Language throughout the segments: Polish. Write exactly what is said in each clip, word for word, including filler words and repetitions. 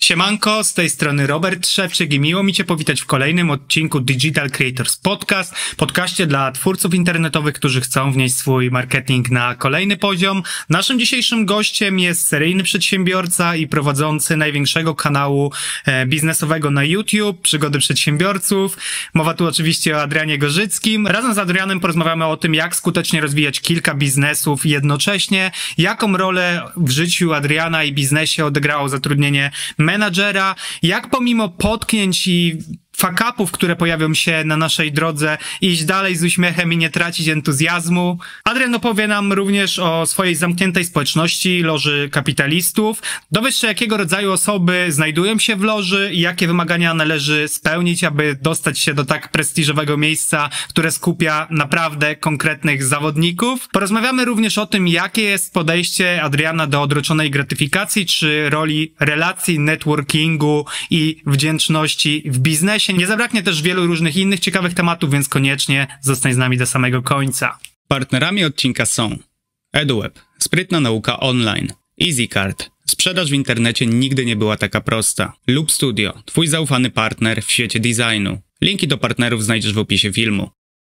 Siemanko, z tej strony Robert Szewczyk i miło mi Cię powitać w kolejnym odcinku Digital Creators Podcast, podcaście dla twórców internetowych, którzy chcą wnieść swój marketing na kolejny poziom. Naszym dzisiejszym gościem jest seryjny przedsiębiorca i prowadzący największego kanału e, biznesowego na YouTube, Przygody Przedsiębiorców. Mowa tu oczywiście o Adrianie Gorzyckim. Razem z Adrianem porozmawiamy o tym, jak skutecznie rozwijać kilka biznesów jednocześnie, jaką rolę w życiu Adriana i biznesie odegrało zatrudnienie menadżera, jak pomimo potknięć i fuck-upów, które pojawią się na naszej drodze, iść dalej z uśmiechem i nie tracić entuzjazmu. Adrian opowie nam również o swojej zamkniętej społeczności, Loży Kapitalistów. Dowiesz się, jakiego rodzaju osoby znajdują się w loży i jakie wymagania należy spełnić, aby dostać się do tak prestiżowego miejsca, które skupia naprawdę konkretnych zawodników. Porozmawiamy również o tym, jakie jest podejście Adriana do odroczonej gratyfikacji, czy roli relacji, networkingu i wdzięczności w biznesie. Nie zabraknie też wielu różnych innych ciekawych tematów, więc koniecznie zostań z nami do samego końca. Partnerami odcinka są EduWeb, sprytna nauka online, EasyCard, sprzedaż w internecie nigdy nie była taka prosta, Loop Studio, twój zaufany partner w świecie designu. Linki do partnerów znajdziesz w opisie filmu.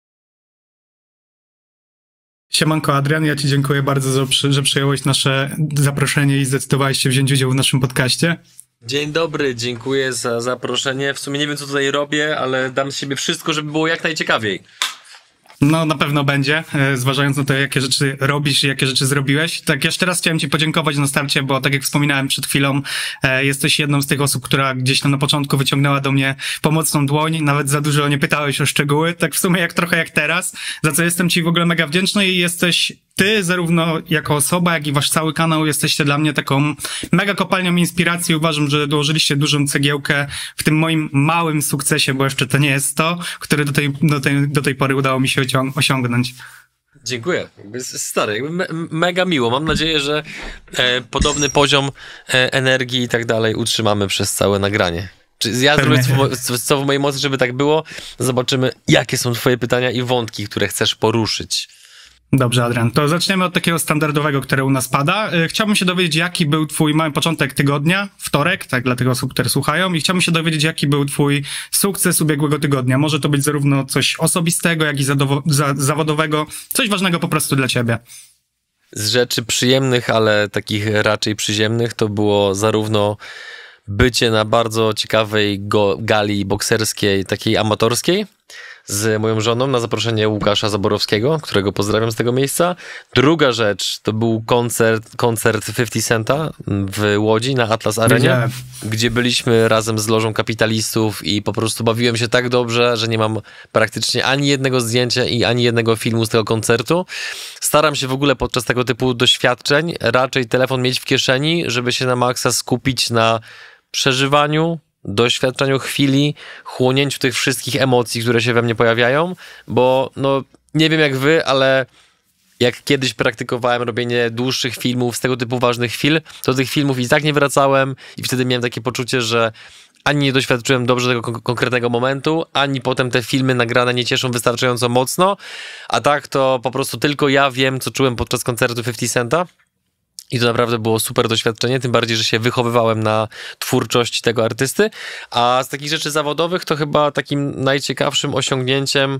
Siemanko Adrian, ja Ci dziękuję bardzo, że przyjąłeś nasze zaproszenie i zdecydowałeś się wziąć udział w naszym podcaście. Dzień dobry, dziękuję za zaproszenie. W sumie nie wiem, co tutaj robię, ale dam z siebie wszystko, żeby było jak najciekawiej. No, na pewno będzie, zważając na to, jakie rzeczy robisz i jakie rzeczy zrobiłeś. Tak, jeszcze raz chciałem Ci podziękować na starcie, bo tak jak wspominałem przed chwilą, e, jesteś jedną z tych osób, która gdzieś tam na początku wyciągnęła do mnie pomocną dłoń. Nawet za dużo nie pytałeś o szczegóły, tak w sumie jak trochę jak teraz, za co jestem Ci w ogóle mega wdzięczny i jesteś Ty, zarówno jako osoba, jak i Wasz cały kanał, jesteście dla mnie taką mega kopalnią inspiracji. Uważam, że dołożyliście dużą cegiełkę w tym moim małym sukcesie, bo jeszcze to nie jest to, który do tej, do tej, do tej pory udało mi się osiągnąć. Dziękuję. Stary, jakby me, mega miło. Mam nadzieję, że e, podobny poziom e, energii i tak dalej utrzymamy przez całe nagranie. Czy ja zrobię co, co w mojej mocy, żeby tak było. Zobaczymy, jakie są Twoje pytania i wątki, które chcesz poruszyć. Dobrze, Adrian, to zaczniemy od takiego standardowego, które u nas pada. Chciałbym się dowiedzieć, jaki był twój mały początek tygodnia, wtorek, tak, dla tych osób, które słuchają, i chciałbym się dowiedzieć, jaki był twój sukces ubiegłego tygodnia. Może to być zarówno coś osobistego, jak i zadowo- za- zawodowego, coś ważnego po prostu dla ciebie. Z rzeczy przyjemnych, ale takich raczej przyziemnych, to było zarówno bycie na bardzo ciekawej go- gali bokserskiej, takiej amatorskiej, z moją żoną na zaproszenie Łukasza Zaborowskiego, którego pozdrawiam z tego miejsca. Druga rzecz to był koncert, koncert pięćdziesiąt Centa w Łodzi na Atlas Arenie, gdzie byliśmy razem z Lożą Kapitalistów i po prostu bawiłem się tak dobrze, że nie mam praktycznie ani jednego zdjęcia i ani jednego filmu z tego koncertu. Staram się w ogóle podczas tego typu doświadczeń raczej telefon mieć w kieszeni, żeby się na maksa skupić na przeżywaniu, doświadczeniu chwili, chłonięciu tych wszystkich emocji, które się we mnie pojawiają, bo no nie wiem jak wy, ale jak kiedyś praktykowałem robienie dłuższych filmów z tego typu ważnych chwil, to do tych filmów i tak nie wracałem i wtedy miałem takie poczucie, że ani nie doświadczyłem dobrze tego kon- konkretnego momentu, ani potem te filmy nagrane nie cieszą wystarczająco mocno, a tak to po prostu tylko ja wiem, co czułem podczas koncertu pięćdziesiąt Centa. I to naprawdę było super doświadczenie, tym bardziej, że się wychowywałem na twórczość tego artysty. A z takich rzeczy zawodowych to chyba takim najciekawszym osiągnięciem,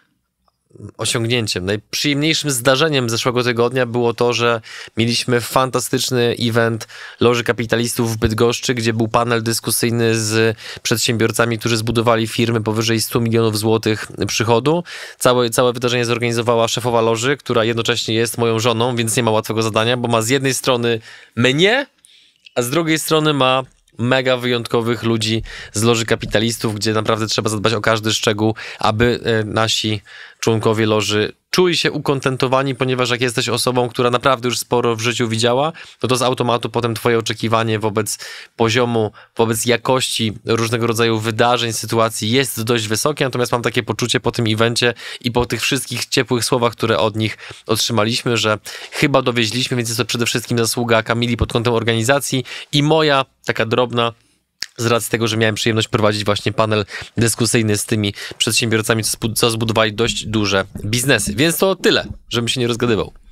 osiągnięciem, najprzyjemniejszym zdarzeniem zeszłego tygodnia było to, że mieliśmy fantastyczny event Loży Kapitalistów w Bydgoszczy, gdzie był panel dyskusyjny z przedsiębiorcami, którzy zbudowali firmy powyżej stu milionów złotych przychodu. Całe, całe wydarzenie zorganizowała szefowa Loży, która jednocześnie jest moją żoną, więc nie ma łatwego zadania, bo ma z jednej strony mnie, a z drugiej strony ma mega wyjątkowych ludzi z Loży Kapitalistów, gdzie naprawdę trzeba zadbać o każdy szczegół, aby nasi członkowie Loży czuli się ukontentowani, ponieważ jak jesteś osobą, która naprawdę już sporo w życiu widziała, no to z automatu potem twoje oczekiwanie wobec poziomu, wobec jakości różnego rodzaju wydarzeń, sytuacji jest dość wysokie, natomiast mam takie poczucie po tym evencie i po tych wszystkich ciepłych słowach, które od nich otrzymaliśmy, że chyba dowieźliśmy, więc jest to przede wszystkim zasługa Kamili pod kątem organizacji i moja taka drobna, z racji tego, że miałem przyjemność prowadzić właśnie panel dyskusyjny z tymi przedsiębiorcami, co zbudowali dość duże biznesy. Więc to tyle, żebym się nie rozgadywał.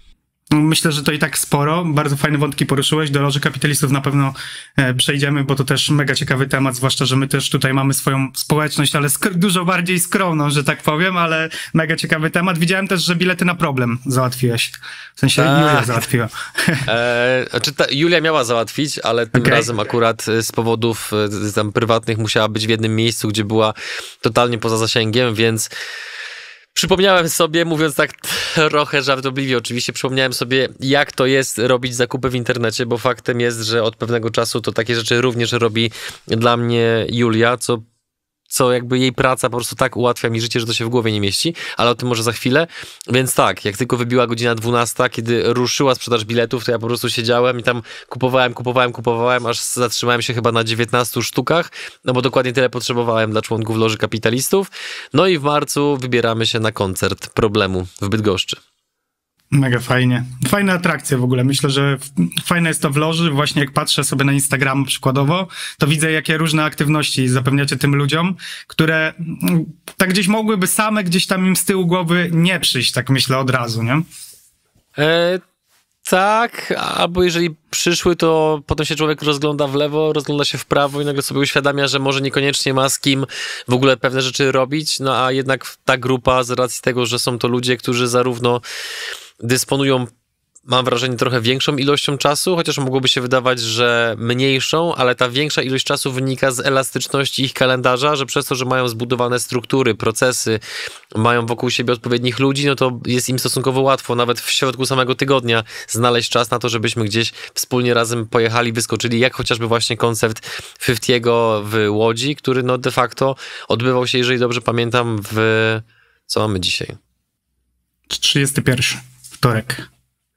Myślę, że to i tak sporo. Bardzo fajne wątki poruszyłeś. Do Loży Kapitalistów na pewno e, przejdziemy, bo to też mega ciekawy temat, zwłaszcza, że my też tutaj mamy swoją społeczność, ale sk- dużo bardziej skromną, że tak powiem, ale mega ciekawy temat. Widziałem też, że bilety na Problem załatwiłeś. W sensie tak. Julia załatwiła. E, znaczy ta, Julia miała załatwić, ale tym Okay. razem akurat z powodów e, tam prywatnych musiała być w jednym miejscu, gdzie była totalnie poza zasięgiem, więc przypomniałem sobie, mówiąc tak trochę żartobliwie oczywiście, przypomniałem sobie, jak to jest robić zakupy w internecie, bo faktem jest, że od pewnego czasu to takie rzeczy również robi dla mnie Julia, co co jakby jej praca po prostu tak ułatwia mi życie, że to się w głowie nie mieści, ale o tym może za chwilę. Więc tak, jak tylko wybiła godzina dwunasta, kiedy ruszyła sprzedaż biletów, to ja po prostu siedziałem i tam kupowałem, kupowałem, kupowałem, aż zatrzymałem się chyba na dziewiętnastu sztukach, no bo dokładnie tyle potrzebowałem dla członków Loży Kapitalistów. No i w marcu wybieramy się na koncert Problemu w Bydgoszczy. Mega fajnie. Fajne atrakcje w ogóle. Myślę, że fajne jest to w Loży. Właśnie jak patrzę sobie na Instagram przykładowo, to widzę, jakie różne aktywności zapewniacie tym ludziom, które tak gdzieś mogłyby same gdzieś tam im z tyłu głowy nie przyjść, tak myślę od razu, nie? E, tak, albo jeżeli przyszły, to potem się człowiek rozgląda w lewo, rozgląda się w prawo i nagle sobie uświadamia, że może niekoniecznie ma z kim w ogóle pewne rzeczy robić, no a jednak ta grupa z racji tego, że są to ludzie, którzy zarówno dysponują, mam wrażenie, trochę większą ilością czasu, chociaż mogłoby się wydawać, że mniejszą, ale ta większa ilość czasu wynika z elastyczności ich kalendarza, że przez to, że mają zbudowane struktury, procesy, mają wokół siebie odpowiednich ludzi, no to jest im stosunkowo łatwo nawet w środku samego tygodnia znaleźć czas na to, żebyśmy gdzieś wspólnie razem pojechali, wyskoczyli, jak chociażby właśnie koncert pięćdziesiątego w Łodzi, który no de facto odbywał się, jeżeli dobrze pamiętam, w... co mamy dzisiaj? trzydziesty pierwszy, wtorek.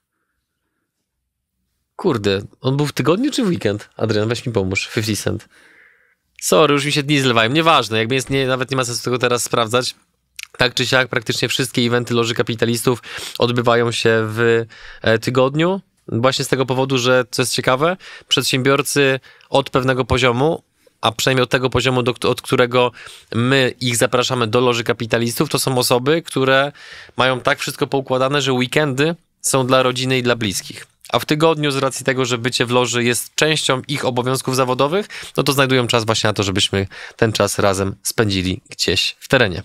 Kurde, on był w tygodniu czy w weekend? Adrian, weź mi pomóż. pięćdziesiąt Cent. Sorry, już mi się dni zlewają. Nieważne, jakby jest, nie, nawet nie ma sensu tego teraz sprawdzać. Tak czy siak, praktycznie wszystkie eventy Loży Kapitalistów odbywają się w e, tygodniu. Właśnie z tego powodu, że, co jest ciekawe, przedsiębiorcy od pewnego poziomu, a przynajmniej od tego poziomu, do, od którego my ich zapraszamy do Loży Kapitalistów, to są osoby, które mają tak wszystko poukładane, że weekendy są dla rodziny i dla bliskich. A w tygodniu, z racji tego, że bycie w loży jest częścią ich obowiązków zawodowych, no to znajdują czas właśnie na to, żebyśmy ten czas razem spędzili gdzieś w terenie.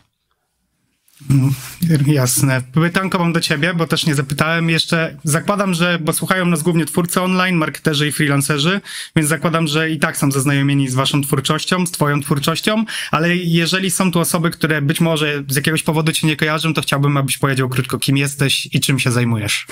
Jasne. Pytanko mam do ciebie, bo też nie zapytałem jeszcze. Zakładam, że, bo słuchają nas głównie twórcy online, marketerzy i freelancerzy, więc zakładam, że i tak są zaznajomieni z waszą twórczością, z twoją twórczością, ale jeżeli są tu osoby, które być może z jakiegoś powodu cię nie kojarzą, to chciałbym, abyś powiedział krótko, kim jesteś i czym się zajmujesz.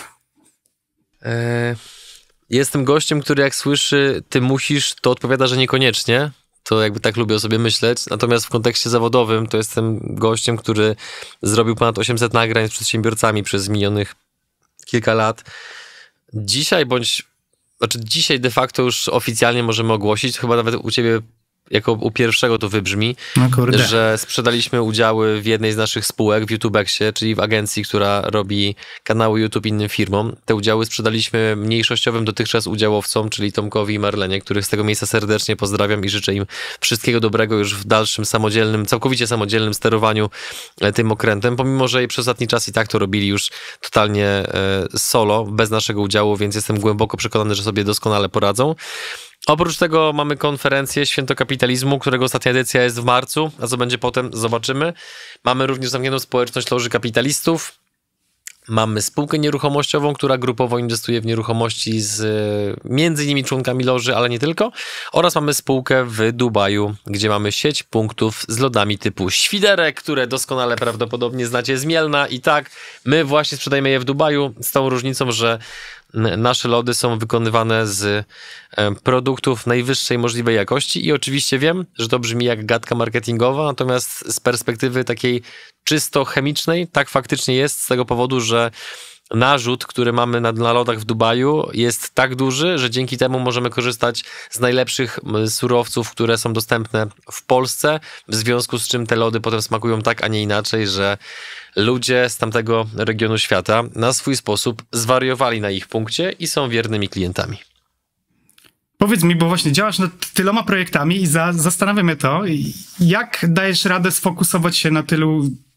Eee, jestem gościem, który jak słyszy, ty musisz, to odpowiada, że niekoniecznie. To jakby tak lubię o sobie myśleć. Natomiast w kontekście zawodowym to jestem gościem, który zrobił ponad osiemset nagrań z przedsiębiorcami przez minionych kilka lat. Dzisiaj bądź, znaczy dzisiaj de facto już oficjalnie możemy ogłosić, chyba nawet u ciebie jako u pierwszego to wybrzmi, no że sprzedaliśmy udziały w jednej z naszych spółek w YouTubexie, czyli w agencji, która robi kanały YouTube innym firmom. Te udziały sprzedaliśmy mniejszościowym dotychczas udziałowcom, czyli Tomkowi i Marlenie, których z tego miejsca serdecznie pozdrawiam i życzę im wszystkiego dobrego już w dalszym samodzielnym, całkowicie samodzielnym sterowaniu tym okrętem, pomimo że przez ostatni czas i tak to robili już totalnie solo, bez naszego udziału, więc jestem głęboko przekonany, że sobie doskonale poradzą. Oprócz tego mamy konferencję Święto Kapitalizmu, którego ostatnia edycja jest w marcu, a co będzie potem, zobaczymy. Mamy również zamkniętą społeczność Loży Kapitalistów. Mamy spółkę nieruchomościową, która grupowo inwestuje w nieruchomości z między innymi członkami Loży, ale nie tylko. Oraz mamy spółkę w Dubaju, gdzie mamy sieć punktów z lodami typu Świderek, które doskonale prawdopodobnie znacie z Mielna. I tak, my właśnie sprzedajemy je w Dubaju z tą różnicą, że nasze lody są wykonywane z produktów najwyższej możliwej jakości i oczywiście wiem, że to brzmi jak gadka marketingowa, natomiast z perspektywy takiej czysto chemicznej tak faktycznie jest z tego powodu, że narzut, który mamy na, na lodach w Dubaju jest tak duży, że dzięki temu możemy korzystać z najlepszych surowców, które są dostępne w Polsce, w związku z czym te lody potem smakują tak, a nie inaczej, że ludzie z tamtego regionu świata na swój sposób zwariowali na ich punkcie i są wiernymi klientami. Powiedz mi, bo właśnie działasz nad tyloma projektami i za, zastanawia mnie to, jak dajesz radę sfokusować się na tylu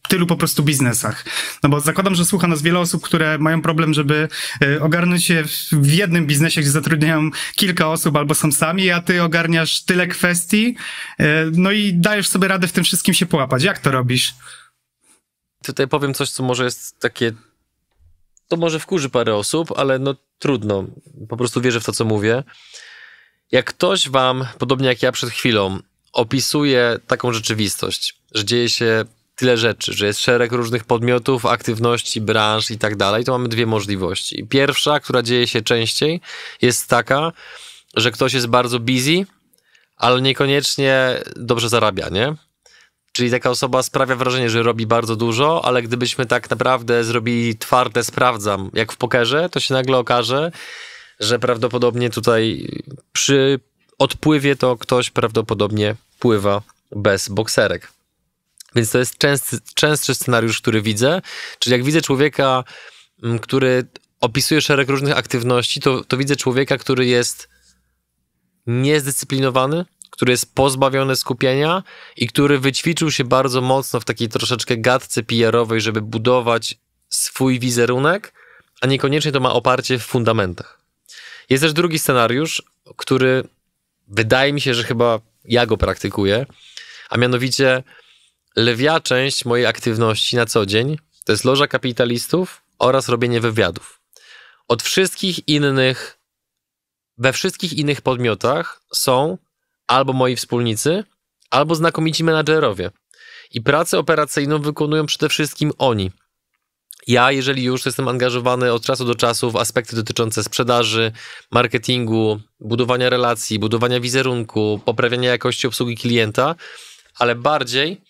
tylu po prostu biznesach. No bo zakładam, że słucha nas wiele osób, które mają problem, żeby y, ogarnąć się w jednym biznesie, gdzie zatrudniają kilka osób albo są sami, a ty ogarniasz tyle kwestii, y, no i dajesz sobie radę w tym wszystkim się połapać. Jak to robisz? Tutaj powiem coś, co może jest takie, to może wkurzy parę osób, ale no trudno, po prostu wierzę w to, co mówię. Jak ktoś wam, podobnie jak ja przed chwilą, opisuje taką rzeczywistość, że dzieje się tyle rzeczy, że jest szereg różnych podmiotów, aktywności, branż i tak dalej, to mamy dwie możliwości. Pierwsza, która dzieje się częściej, jest taka, że ktoś jest bardzo busy, ale niekoniecznie dobrze zarabia, nie? Czyli taka osoba sprawia wrażenie, że robi bardzo dużo, ale gdybyśmy tak naprawdę zrobili twarde sprawdzam, jak w pokerze, to się nagle okaże, że prawdopodobnie tutaj przy odpływie to ktoś prawdopodobnie pływa bez bokserek. Więc to jest częsty, częstszy scenariusz, który widzę. Czyli jak widzę człowieka, który opisuje szereg różnych aktywności, to, to widzę człowieka, który jest niezdyscyplinowany, który jest pozbawiony skupienia i który wyćwiczył się bardzo mocno w takiej troszeczkę gadce P R-owej, żeby budować swój wizerunek, a niekoniecznie to ma oparcie w fundamentach. Jest też drugi scenariusz, który wydaje mi się, że chyba ja go praktykuję, a mianowicie lwia część mojej aktywności na co dzień to jest loża kapitalistów oraz robienie wywiadów. Od wszystkich innych, we wszystkich innych podmiotach są albo moi wspólnicy, albo znakomici menadżerowie. I pracę operacyjną wykonują przede wszystkim oni. Ja, jeżeli już jestem angażowany od czasu do czasu w aspekty dotyczące sprzedaży, marketingu, budowania relacji, budowania wizerunku, poprawiania jakości obsługi klienta, ale bardziej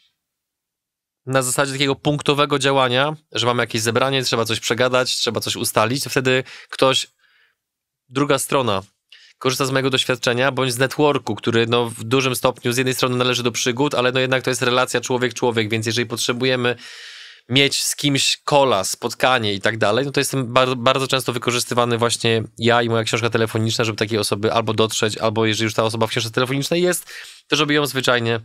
na zasadzie takiego punktowego działania, że mamy jakieś zebranie, trzeba coś przegadać, trzeba coś ustalić, to wtedy ktoś, druga strona, korzysta z mojego doświadczenia, bądź z networku, który no, w dużym stopniu z jednej strony należy do przygód, ale no jednak to jest relacja człowiek-człowiek, więc jeżeli potrzebujemy mieć z kimś kola, spotkanie i tak dalej, no to jestem bardzo, bardzo często wykorzystywany właśnie ja i moja książka telefoniczna, żeby takiej osoby albo dotrzeć, albo jeżeli już ta osoba w książce telefonicznej jest, to żeby ją zwyczajnie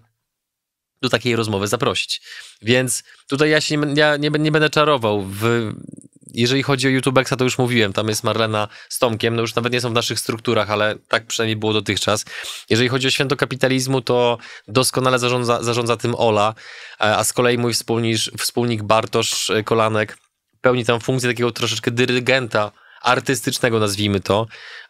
do takiej rozmowy zaprosić. Więc tutaj ja się nie, ja nie, nie będę czarował. W, jeżeli chodzi o YouTube'a, to już mówiłem, tam jest Marlena z Tomkiem, no już nawet nie są w naszych strukturach, ale tak przynajmniej było dotychczas. Jeżeli chodzi o święto kapitalizmu, to doskonale zarządza, zarządza tym Ola, a z kolei mój wspólnik, wspólnik Bartosz Kolanek pełni tam funkcję takiego troszeczkę dyrygenta artystycznego, nazwijmy to.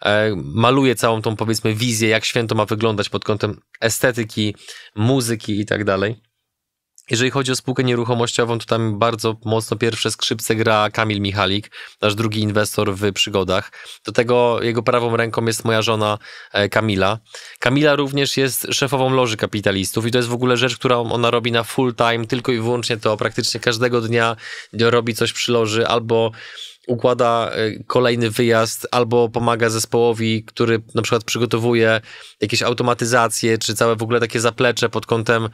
Maluje całą tą, powiedzmy, wizję, jak święto ma wyglądać pod kątem estetyki, muzyki i tak dalej. Jeżeli chodzi o spółkę nieruchomościową, to tam bardzo mocno pierwsze skrzypce gra Kamil Michalik, nasz drugi inwestor w przygodach. Do tego jego prawą ręką jest moja żona Kamila. Kamila również jest szefową loży kapitalistów i to jest w ogóle rzecz, którą ona robi na full time, tylko i wyłącznie to. Praktycznie każdego dnia robi coś przy loży, albo układa kolejny wyjazd, albo pomaga zespołowi, który na przykład przygotowuje jakieś automatyzacje, czy całe w ogóle takie zaplecze pod kątem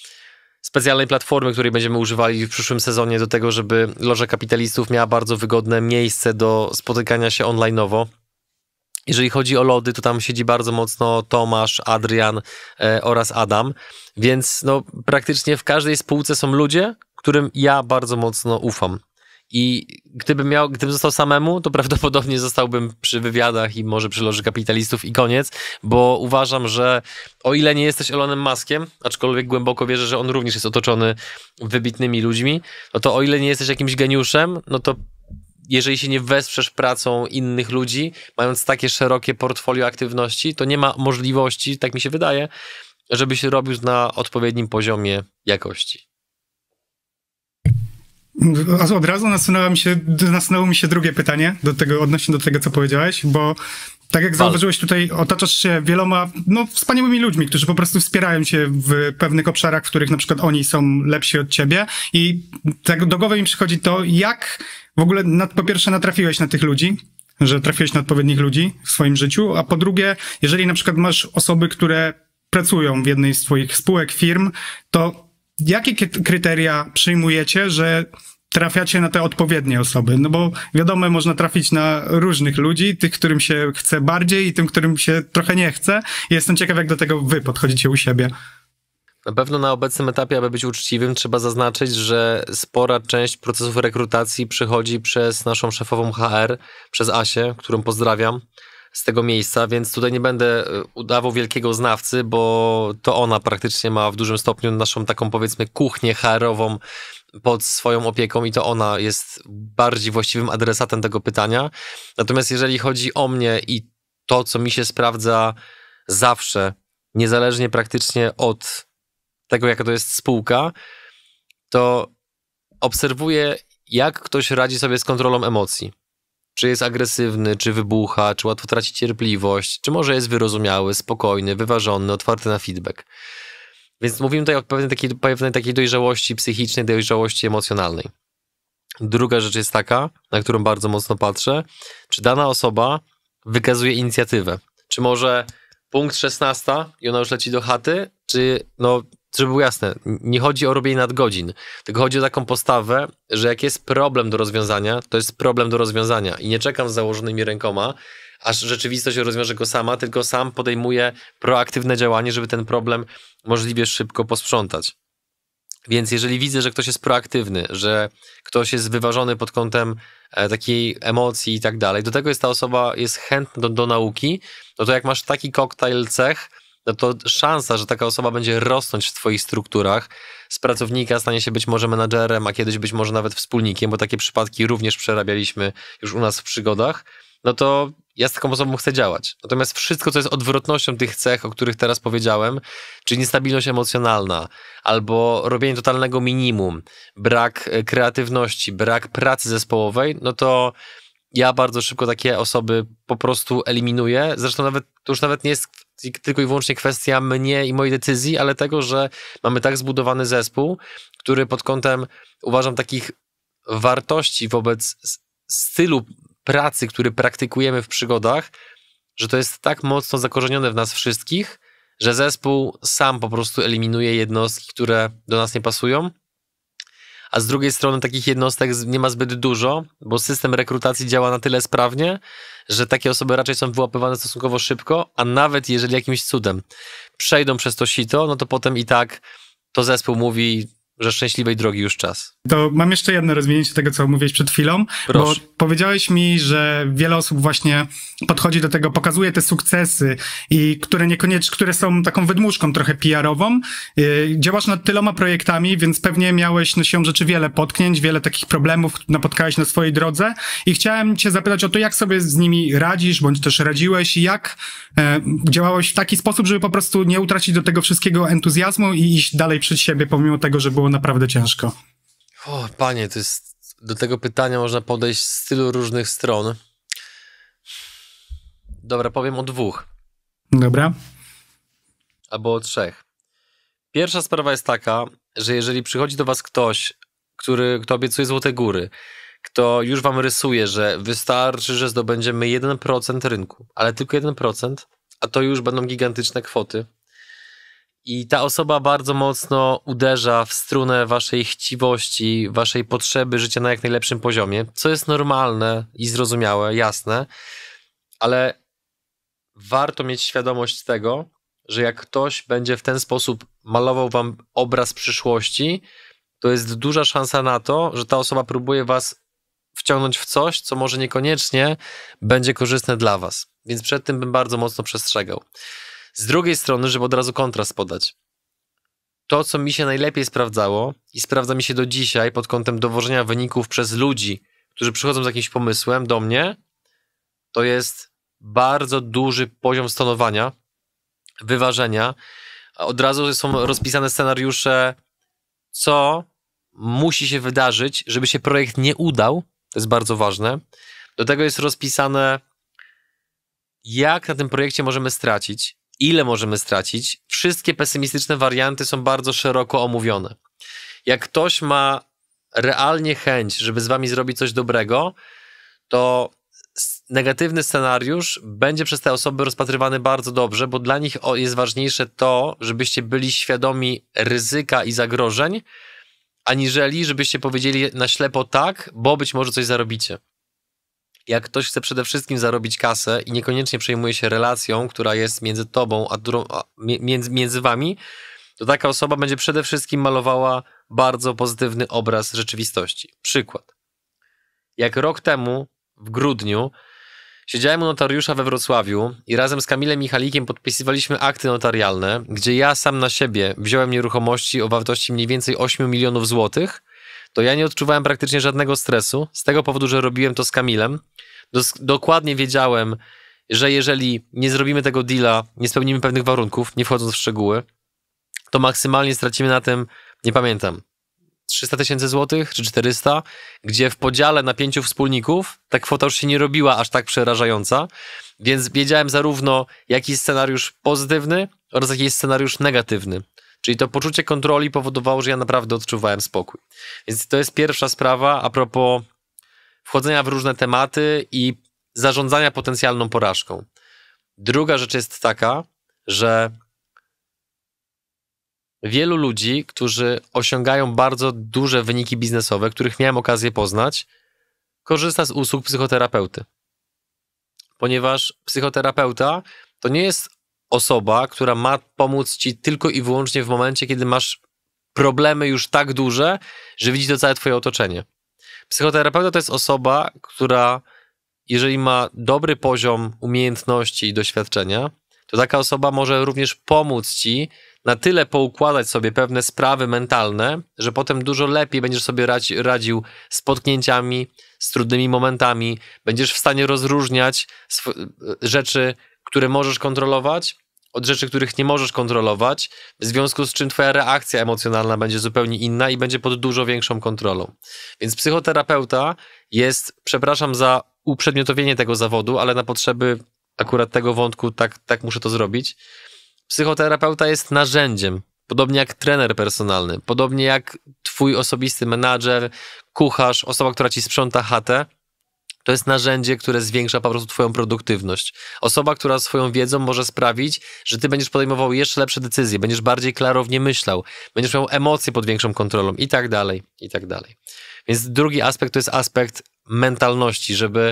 specjalnej platformy, której będziemy używali w przyszłym sezonie do tego, żeby Loża Kapitalistów miała bardzo wygodne miejsce do spotykania się online'owo. Jeżeli chodzi o lody, to tam siedzi bardzo mocno Tomasz, Adrian e, oraz Adam, więc no, praktycznie w każdej spółce są ludzie, którym ja bardzo mocno ufam. I gdybym miał, gdybym został samemu, to prawdopodobnie zostałbym przy wywiadach i może przy Loży Kapitalistów i koniec, bo uważam, że o ile nie jesteś Elonem Muskiem, aczkolwiek głęboko wierzę, że on również jest otoczony wybitnymi ludźmi, no to o ile nie jesteś jakimś geniuszem, no to jeżeli się nie wesprzesz pracą innych ludzi, mając takie szerokie portfolio aktywności, to nie ma możliwości, tak mi się wydaje, żebyś robił na odpowiednim poziomie jakości. Od razu nasunęło mi się, nasunęło mi się drugie pytanie do tego, odnośnie do tego, co powiedziałeś, bo tak jak zauważyłeś tutaj, otaczasz się wieloma, no, wspaniałymi ludźmi, którzy po prostu wspierają cię w pewnych obszarach, w których na przykład oni są lepsi od ciebie i tak do głowy mi przychodzi to, jak w ogóle nad, po pierwsze natrafiłeś na tych ludzi, że trafiłeś na odpowiednich ludzi w swoim życiu, a po drugie, jeżeli na przykład masz osoby, które pracują w jednej z twoich spółek, firm, to jakie kryteria przyjmujecie, że trafiacie na te odpowiednie osoby? No bo wiadomo, można trafić na różnych ludzi, tych, którym się chce bardziej i tym, którym się trochę nie chce. I jestem ciekaw, jak do tego wy podchodzicie u siebie. Na pewno na obecnym etapie, aby być uczciwym, trzeba zaznaczyć, że spora część procesów rekrutacji przychodzi przez naszą szefową H R, przez Asię, którą pozdrawiam z tego miejsca, więc tutaj nie będę udawał wielkiego znawcy, bo to ona praktycznie ma w dużym stopniu naszą taką, powiedzmy, kuchnię H R-ową pod swoją opieką i to ona jest bardziej właściwym adresatem tego pytania. Natomiast jeżeli chodzi o mnie i to, co mi się sprawdza zawsze, niezależnie praktycznie od tego, jaka to jest spółka, to obserwuję, jak ktoś radzi sobie z kontrolą emocji. Czy jest agresywny, czy wybucha, czy łatwo traci cierpliwość, czy może jest wyrozumiały, spokojny, wyważony, otwarty na feedback. Więc mówimy tutaj o pewnej takiej, pewnej takiej dojrzałości psychicznej, dojrzałości emocjonalnej. Druga rzecz jest taka, na którą bardzo mocno patrzę, czy dana osoba wykazuje inicjatywę. Czy może punkt szesnasty i ona już leci do chaty, czy, no, żeby było jasne, nie chodzi o robienie nadgodzin, tylko chodzi o taką postawę, że jak jest problem do rozwiązania, to jest problem do rozwiązania i nie czekam z założonymi rękoma, aż rzeczywistość rozwiąże go sama, tylko sam podejmuje proaktywne działanie, żeby ten problem możliwie szybko posprzątać. Więc jeżeli widzę, że ktoś jest proaktywny, że ktoś jest wyważony pod kątem e, takiej emocji i tak dalej, do tego jest ta osoba jest chętna do, do nauki, no to jak masz taki koktajl cech, no to szansa, że taka osoba będzie rosnąć w twoich strukturach, z pracownika stanie się być może menadżerem, a kiedyś być może nawet wspólnikiem, bo takie przypadki również przerabialiśmy już u nas w przygodach, no to ja z taką osobą chcę działać. Natomiast wszystko, co jest odwrotnością tych cech, o których teraz powiedziałem, czyli niestabilność emocjonalna, albo robienie totalnego minimum, brak kreatywności, brak pracy zespołowej, no to ja bardzo szybko takie osoby po prostu eliminuję. Zresztą nawet to już nawet nie jest tylko i wyłącznie kwestia mnie i mojej decyzji, ale tego, że mamy tak zbudowany zespół, który pod kątem, uważam, takich wartości wobec stylu pracy, który praktykujemy w przygodach, że to jest tak mocno zakorzenione w nas wszystkich, że zespół sam po prostu eliminuje jednostki, które do nas nie pasują, a z drugiej strony takich jednostek nie ma zbyt dużo, bo system rekrutacji działa na tyle sprawnie, że takie osoby raczej są wyłapywane stosunkowo szybko, a nawet jeżeli jakimś cudem przejdą przez to sito, no to potem i tak to zespół mówi, że szczęśliwej drogi już czas. To mam jeszcze jedno rozwinięcie tego, co mówiłeś przed chwilą, Proszę. Bo powiedziałeś mi, że wiele osób właśnie podchodzi do tego, pokazuje te sukcesy i które niekoniecznie, które są taką wydmuszką trochę P R-ową. Yy, działasz nad tyloma projektami, więc pewnie miałeś no, siłą rzeczy wiele potknięć, wiele takich problemów napotkałeś na swojej drodze i chciałem cię zapytać o to, jak sobie z nimi radzisz, bądź też radziłeś i jak e, działałeś w taki sposób, żeby po prostu nie utracić do tego wszystkiego entuzjazmu i iść dalej przed siebie, pomimo tego, że było naprawdę ciężko. O, panie, to jest, do tego pytania można podejść z tylu różnych stron. Dobra, powiem o dwóch. Dobra. Albo o trzech. Pierwsza sprawa jest taka, że jeżeli przychodzi do was ktoś, który, kto obiecuje złote góry, kto już wam rysuje, że wystarczy, że zdobędziemy jeden procent rynku, ale tylko jeden procent, a to już będą gigantyczne kwoty, i ta osoba bardzo mocno uderza w strunę waszej chciwości, waszej potrzeby życia na jak najlepszym poziomie, co jest normalne i zrozumiałe, jasne, ale warto mieć świadomość tego, że jak ktoś będzie w ten sposób malował wam obraz przyszłości, to jest duża szansa na to, że ta osoba próbuje was wciągnąć w coś, co może niekoniecznie będzie korzystne dla was. Więc przed tym bym bardzo mocno przestrzegał. Z drugiej strony, żeby od razu kontrast podać, to, co mi się najlepiej sprawdzało i sprawdza mi się do dzisiaj pod kątem dowożenia wyników przez ludzi, którzy przychodzą z jakimś pomysłem do mnie, to jest bardzo duży poziom stonowania, wyważenia. Od razu są rozpisane scenariusze, co musi się wydarzyć, żeby się projekt nie udał. To jest bardzo ważne. Do tego jest rozpisane, jak na tym projekcie możemy stracić, ile możemy stracić. Wszystkie pesymistyczne warianty są bardzo szeroko omówione. Jak ktoś ma realnie chęć, żeby z wami zrobić coś dobrego, to negatywny scenariusz będzie przez te osoby rozpatrywany bardzo dobrze, bo dla nich jest ważniejsze to, żebyście byli świadomi ryzyka i zagrożeń, aniżeli żebyście powiedzieli na ślepo tak, bo być może coś zarobicie. Jak ktoś chce przede wszystkim zarobić kasę i niekoniecznie przejmuje się relacją, która jest między tobą, a, drugą, a między, między wami, to taka osoba będzie przede wszystkim malowała bardzo pozytywny obraz rzeczywistości. Przykład. Jak rok temu, w grudniu, siedziałem u notariusza we Wrocławiu i razem z Kamilem Michalikiem podpisywaliśmy akty notarialne, gdzie ja sam na siebie wziąłem nieruchomości o wartości mniej więcej osiem milionów złotych, to ja nie odczuwałem praktycznie żadnego stresu, z tego powodu, że robiłem to z Kamilem. Dos- dokładnie wiedziałem, że jeżeli nie zrobimy tego deala, nie spełnimy pewnych warunków, nie wchodząc w szczegóły, to maksymalnie stracimy na tym, nie pamiętam, trzysta tysięcy złotych czy czterysta, gdzie w podziale na pięciu wspólników ta kwota już się nie robiła aż tak przerażająca, więc wiedziałem zarówno jaki jest scenariusz pozytywny oraz jaki jest scenariusz negatywny. Czyli to poczucie kontroli powodowało, że ja naprawdę odczuwałem spokój. Więc to jest pierwsza sprawa a propos wchodzenia w różne tematy i zarządzania potencjalną porażką. Druga rzecz jest taka, że wielu ludzi, którzy osiągają bardzo duże wyniki biznesowe, których miałem okazję poznać, korzysta z usług psychoterapeuty. Ponieważ psychoterapeuta to nie jest osoba, która ma pomóc ci tylko i wyłącznie w momencie, kiedy masz problemy już tak duże, że widzi to całe twoje otoczenie. Psychoterapeuta to jest osoba, która jeżeli ma dobry poziom umiejętności i doświadczenia, to taka osoba może również pomóc ci na tyle poukładać sobie pewne sprawy mentalne, że potem dużo lepiej będziesz sobie radzi, radził z potknięciami, z trudnymi momentami, będziesz w stanie rozróżniać sw- rzeczy, które możesz kontrolować, od rzeczy, których nie możesz kontrolować, w związku z czym twoja reakcja emocjonalna będzie zupełnie inna i będzie pod dużo większą kontrolą. Więc psychoterapeuta jest, przepraszam za uprzedmiotowienie tego zawodu, ale na potrzeby akurat tego wątku tak, tak muszę to zrobić. Psychoterapeuta jest narzędziem, podobnie jak trener personalny, podobnie jak twój osobisty menadżer, kucharz, osoba, która ci sprząta chatę. To jest narzędzie, które zwiększa po prostu twoją produktywność. Osoba, która swoją wiedzą może sprawić, że ty będziesz podejmował jeszcze lepsze decyzje, będziesz bardziej klarownie myślał, będziesz miał emocje pod większą kontrolą i tak dalej, i tak dalej. Więc drugi aspekt to jest aspekt mentalności, żeby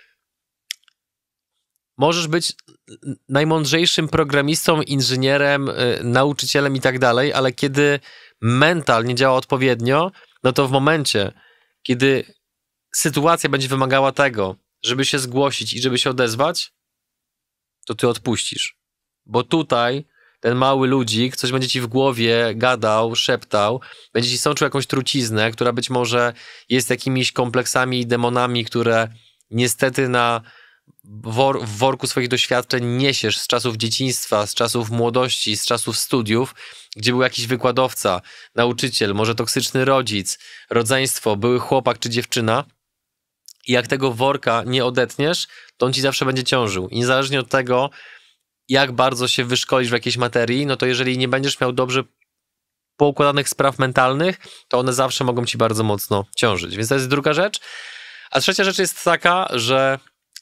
możesz być najmądrzejszym programistą, inżynierem, yy, nauczycielem i tak dalej, ale kiedy mental nie działa odpowiednio, no to w momencie, kiedy sytuacja będzie wymagała tego, żeby się zgłosić i żeby się odezwać, to ty odpuścisz. Bo tutaj ten mały ludzik coś będzie ci w głowie gadał, szeptał, będzie ci sączył jakąś truciznę, która być może jest jakimiś kompleksami i demonami, które niestety na wor- w worku swoich doświadczeń niesiesz z czasów dzieciństwa, z czasów młodości, z czasów studiów, gdzie był jakiś wykładowca, nauczyciel, może toksyczny rodzic, rodzeństwo, były chłopak czy dziewczyna. I jak tego worka nie odetniesz, to on ci zawsze będzie ciążył. I niezależnie od tego, jak bardzo się wyszkolisz w jakiejś materii, no to jeżeli nie będziesz miał dobrze poukładanych spraw mentalnych, to one zawsze mogą ci bardzo mocno ciążyć. Więc to jest druga rzecz. A trzecia rzecz jest taka, że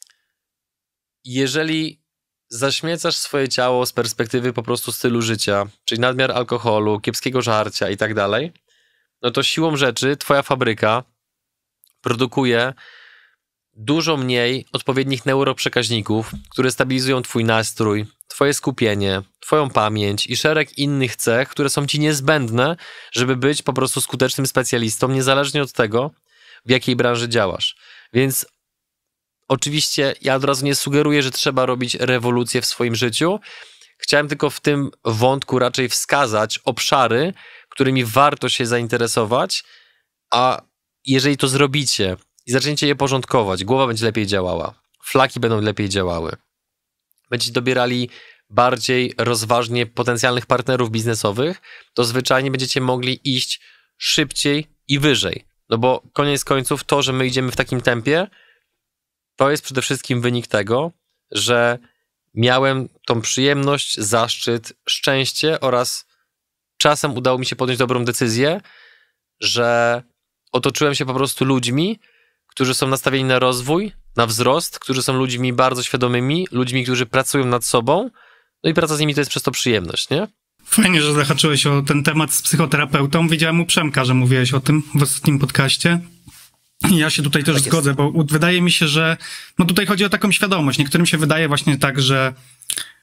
jeżeli zaśmiecasz swoje ciało z perspektywy po prostu stylu życia, czyli nadmiar alkoholu, kiepskiego żarcia i tak dalej, no to siłą rzeczy twoja fabryka produkuje dużo mniej odpowiednich neuroprzekaźników, które stabilizują twój nastrój, twoje skupienie, twoją pamięć i szereg innych cech, które są ci niezbędne, żeby być po prostu skutecznym specjalistą, niezależnie od tego, w jakiej branży działasz. Więc oczywiście ja od razu nie sugeruję, że trzeba robić rewolucję w swoim życiu. Chciałem tylko w tym wątku raczej wskazać obszary, którymi warto się zainteresować, a jeżeli to zrobicie i zaczniecie je porządkować, głowa będzie lepiej działała, flaki będą lepiej działały, będziecie dobierali bardziej rozważnie potencjalnych partnerów biznesowych, to zwyczajnie będziecie mogli iść szybciej i wyżej. No bo koniec końców to, że my idziemy w takim tempie, to jest przede wszystkim wynik tego, że miałem tą przyjemność, zaszczyt, szczęście oraz czasem udało mi się podjąć dobrą decyzję, że otoczyłem się po prostu ludźmi, którzy są nastawieni na rozwój, na wzrost, którzy są ludźmi bardzo świadomymi, ludźmi, którzy pracują nad sobą, no i praca z nimi to jest przez to przyjemność, nie? Fajnie, że zahaczyłeś o ten temat z psychoterapeutą. Widziałem u Przemka, że mówiłeś o tym w ostatnim podcaście. I ja się tutaj też tak zgodzę, bo wydaje mi się, że no tutaj chodzi o taką świadomość. Niektórym się wydaje właśnie tak, że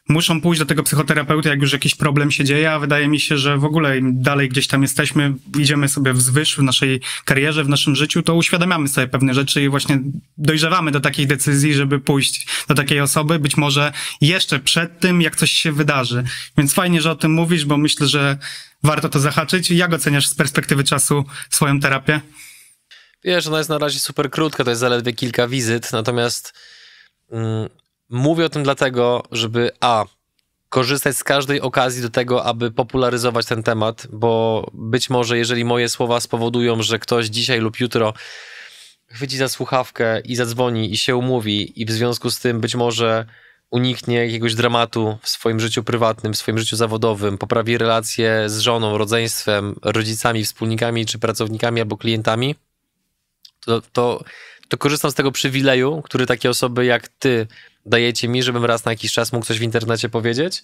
muszą pójść do tego psychoterapeuty, jak już jakiś problem się dzieje, a wydaje mi się, że w ogóle im dalej gdzieś tam jesteśmy, idziemy sobie wzwyż w naszej karierze, w naszym życiu, to uświadamiamy sobie pewne rzeczy i właśnie dojrzewamy do takich decyzji, żeby pójść do takiej osoby, być może jeszcze przed tym, jak coś się wydarzy. Więc fajnie, że o tym mówisz, bo myślę, że warto to zahaczyć. Jak oceniasz z perspektywy czasu swoją terapię? Wiesz, ona jest na razie super krótka, to jest zaledwie kilka wizyt, natomiast mm, mówię o tym dlatego, żeby a, korzystać z każdej okazji do tego, aby popularyzować ten temat, bo być może jeżeli moje słowa spowodują, że ktoś dzisiaj lub jutro chwyci za słuchawkę i zadzwoni i się umówi i w związku z tym być może uniknie jakiegoś dramatu w swoim życiu prywatnym, w swoim życiu zawodowym, poprawi relacje z żoną, rodzeństwem, rodzicami, wspólnikami czy pracownikami albo klientami, to, to, to korzystam z tego przywileju, który takie osoby jak ty dajecie mi, żebym raz na jakiś czas mógł coś w internecie powiedzieć.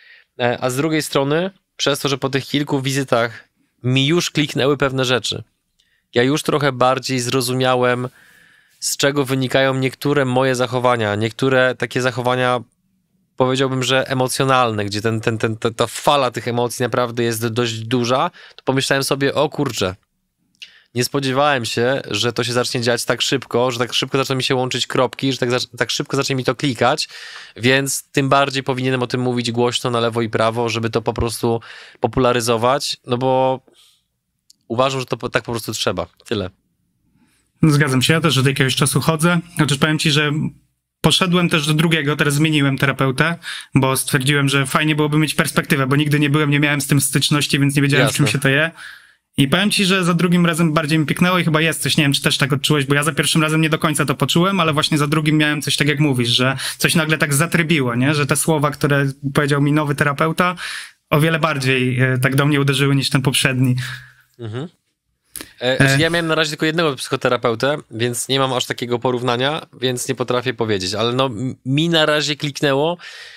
A z drugiej strony, przez to, że po tych kilku wizytach mi już kliknęły pewne rzeczy, ja już trochę bardziej zrozumiałem, z czego wynikają niektóre moje zachowania, niektóre takie zachowania, powiedziałbym, że emocjonalne, gdzie ten, ten, ten, ta, ta fala tych emocji naprawdę jest dość duża, to pomyślałem sobie, o kurczę, nie spodziewałem się, że to się zacznie dziać tak szybko, że tak szybko zaczną mi się łączyć kropki, że tak, tak szybko zacznie mi to klikać, więc tym bardziej powinienem o tym mówić głośno na lewo i prawo, żeby to po prostu popularyzować, no bo uważam, że to tak po prostu trzeba. Tyle. Zgadzam się, ja też od jakiegoś czasu chodzę. Chociaż powiem ci, że poszedłem też do drugiego, teraz zmieniłem terapeutę, bo stwierdziłem, że fajnie byłoby mieć perspektywę, bo nigdy nie byłem, nie miałem z tym styczności, więc nie wiedziałem, Jasne. w czym się to je. I powiem ci, że za drugim razem bardziej mi pieknęło i chyba jest coś, nie wiem, czy też tak odczułeś, bo ja za pierwszym razem nie do końca to poczułem, ale właśnie za drugim miałem coś tak jak mówisz, że coś nagle tak zatrybiło, nie? Że te słowa, które powiedział mi nowy terapeuta, o wiele bardziej e, tak do mnie uderzyły niż ten poprzedni. Mhm. E, ja miałem na razie tylko jednego psychoterapeutę, więc nie mam aż takiego porównania, więc nie potrafię powiedzieć, ale no mi na razie kliknęło.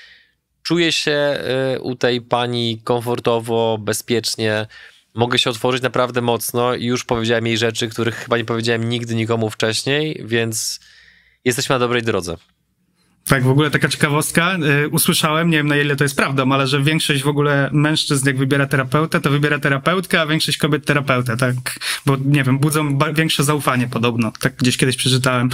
Czuję się u tej pani komfortowo, bezpiecznie, mogę się otworzyć naprawdę mocno i już powiedziałem jej rzeczy, których chyba nie powiedziałem nigdy nikomu wcześniej, więc jesteśmy na dobrej drodze. Tak, w ogóle taka ciekawostka, y, usłyszałem, nie wiem na ile to jest prawdą, ale że większość w ogóle mężczyzn jak wybiera terapeutę, to wybiera terapeutkę, a większość kobiet terapeutę, tak, bo nie wiem, budzą ba- większe zaufanie podobno, tak gdzieś kiedyś przeczytałem.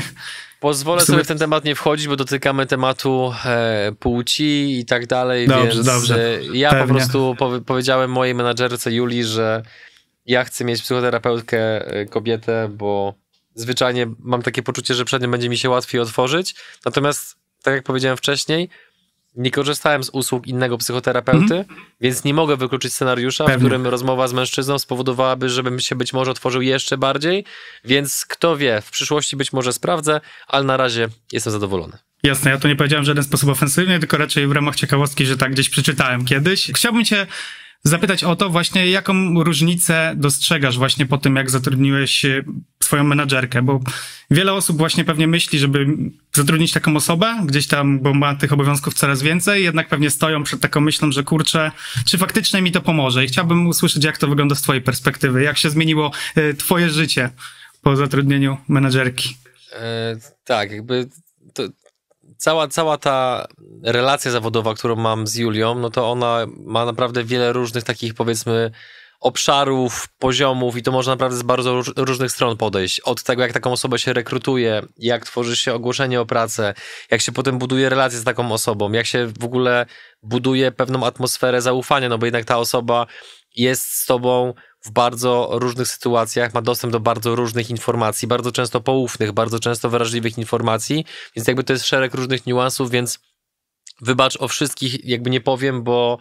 Pozwolę W sumie... sobie w ten temat nie wchodzić, bo dotykamy tematu e, płci i tak dalej, dobrze, więc dobrze. E, ja Pewnie. po prostu powie, powiedziałem mojej menadżerce Julii, że ja chcę mieć psychoterapeutkę e, kobietę, bo zwyczajnie mam takie poczucie, że przed nią będzie mi się łatwiej otworzyć. Natomiast, tak jak powiedziałem wcześniej, nie korzystałem z usług innego psychoterapeuty, mm. więc nie mogę wykluczyć scenariusza, Pewnie. w którym rozmowa z mężczyzną spowodowałaby, żebym się być może otworzył jeszcze bardziej, więc kto wie, w przyszłości być może sprawdzę, ale na razie jestem zadowolony. Jasne, ja to nie powiedziałem w żaden sposób ofensywnie, tylko raczej w ramach ciekawostki, że tak gdzieś przeczytałem kiedyś. Chciałbym cię zapytać o to właśnie, jaką różnicę dostrzegasz właśnie po tym, jak zatrudniłeś swoją menadżerkę, bo wiele osób właśnie pewnie myśli, żeby zatrudnić taką osobę gdzieś tam, bo ma tych obowiązków coraz więcej, jednak pewnie stoją przed taką myślą, że kurczę, czy faktycznie mi to pomoże? I chciałbym usłyszeć, jak to wygląda z twojej perspektywy, jak się zmieniło y, twoje życie po zatrudnieniu menadżerki. E, tak, jakby to, cała, cała ta relacja zawodowa, którą mam z Julią, no to ona ma naprawdę wiele różnych takich, powiedzmy, obszarów, poziomów i to można naprawdę z bardzo róż, różnych stron podejść. Od tego, jak taką osobę się rekrutuje, jak tworzy się ogłoszenie o pracę, jak się potem buduje relacje z taką osobą, jak się w ogóle buduje pewną atmosferę zaufania, no bo jednak ta osoba jest z tobą w bardzo różnych sytuacjach, ma dostęp do bardzo różnych informacji, bardzo często poufnych, bardzo często wrażliwych informacji, więc jakby to jest szereg różnych niuansów, więc wybacz, o wszystkich jakby nie powiem, bo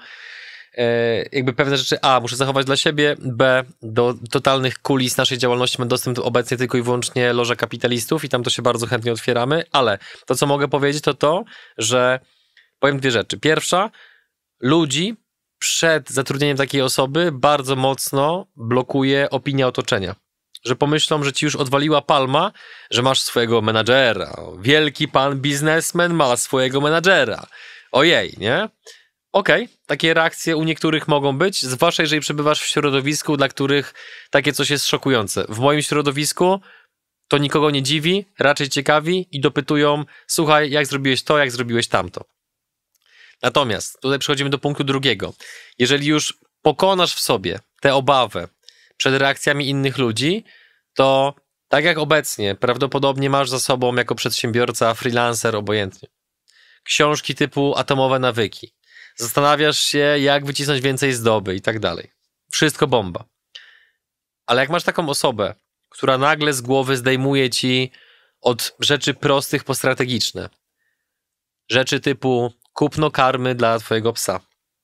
jakby pewne rzeczy A, muszę zachować dla siebie, B, do totalnych kulis naszej działalności mam dostęp obecnie tylko i wyłącznie Loża Kapitalistów i tam to się bardzo chętnie otwieramy, ale to, co mogę powiedzieć, to to, że powiem dwie rzeczy. Pierwsza, ludzi przed zatrudnieniem takiej osoby bardzo mocno blokuje opinia otoczenia. Że pomyślą, że ci już odwaliła palma, że masz swojego menadżera. Wielki pan biznesmen ma swojego menadżera. Ojej, nie? Okej, okay, takie reakcje u niektórych mogą być, zwłaszcza jeżeli przebywasz w środowisku, dla których takie coś jest szokujące. W moim środowisku to nikogo nie dziwi, raczej ciekawi i dopytują, słuchaj, jak zrobiłeś to, jak zrobiłeś tamto. Natomiast tutaj przechodzimy do punktu drugiego. Jeżeli już pokonasz w sobie tę obawę przed reakcjami innych ludzi, to tak jak obecnie prawdopodobnie masz za sobą jako przedsiębiorca, freelancer, obojętnie, książki typu Atomowe nawyki. Zastanawiasz się, jak wycisnąć więcej z doby i tak dalej. Wszystko bomba. Ale jak masz taką osobę, która nagle z głowy zdejmuje ci od rzeczy prostych po strategiczne, rzeczy typu kupno karmy dla twojego psa,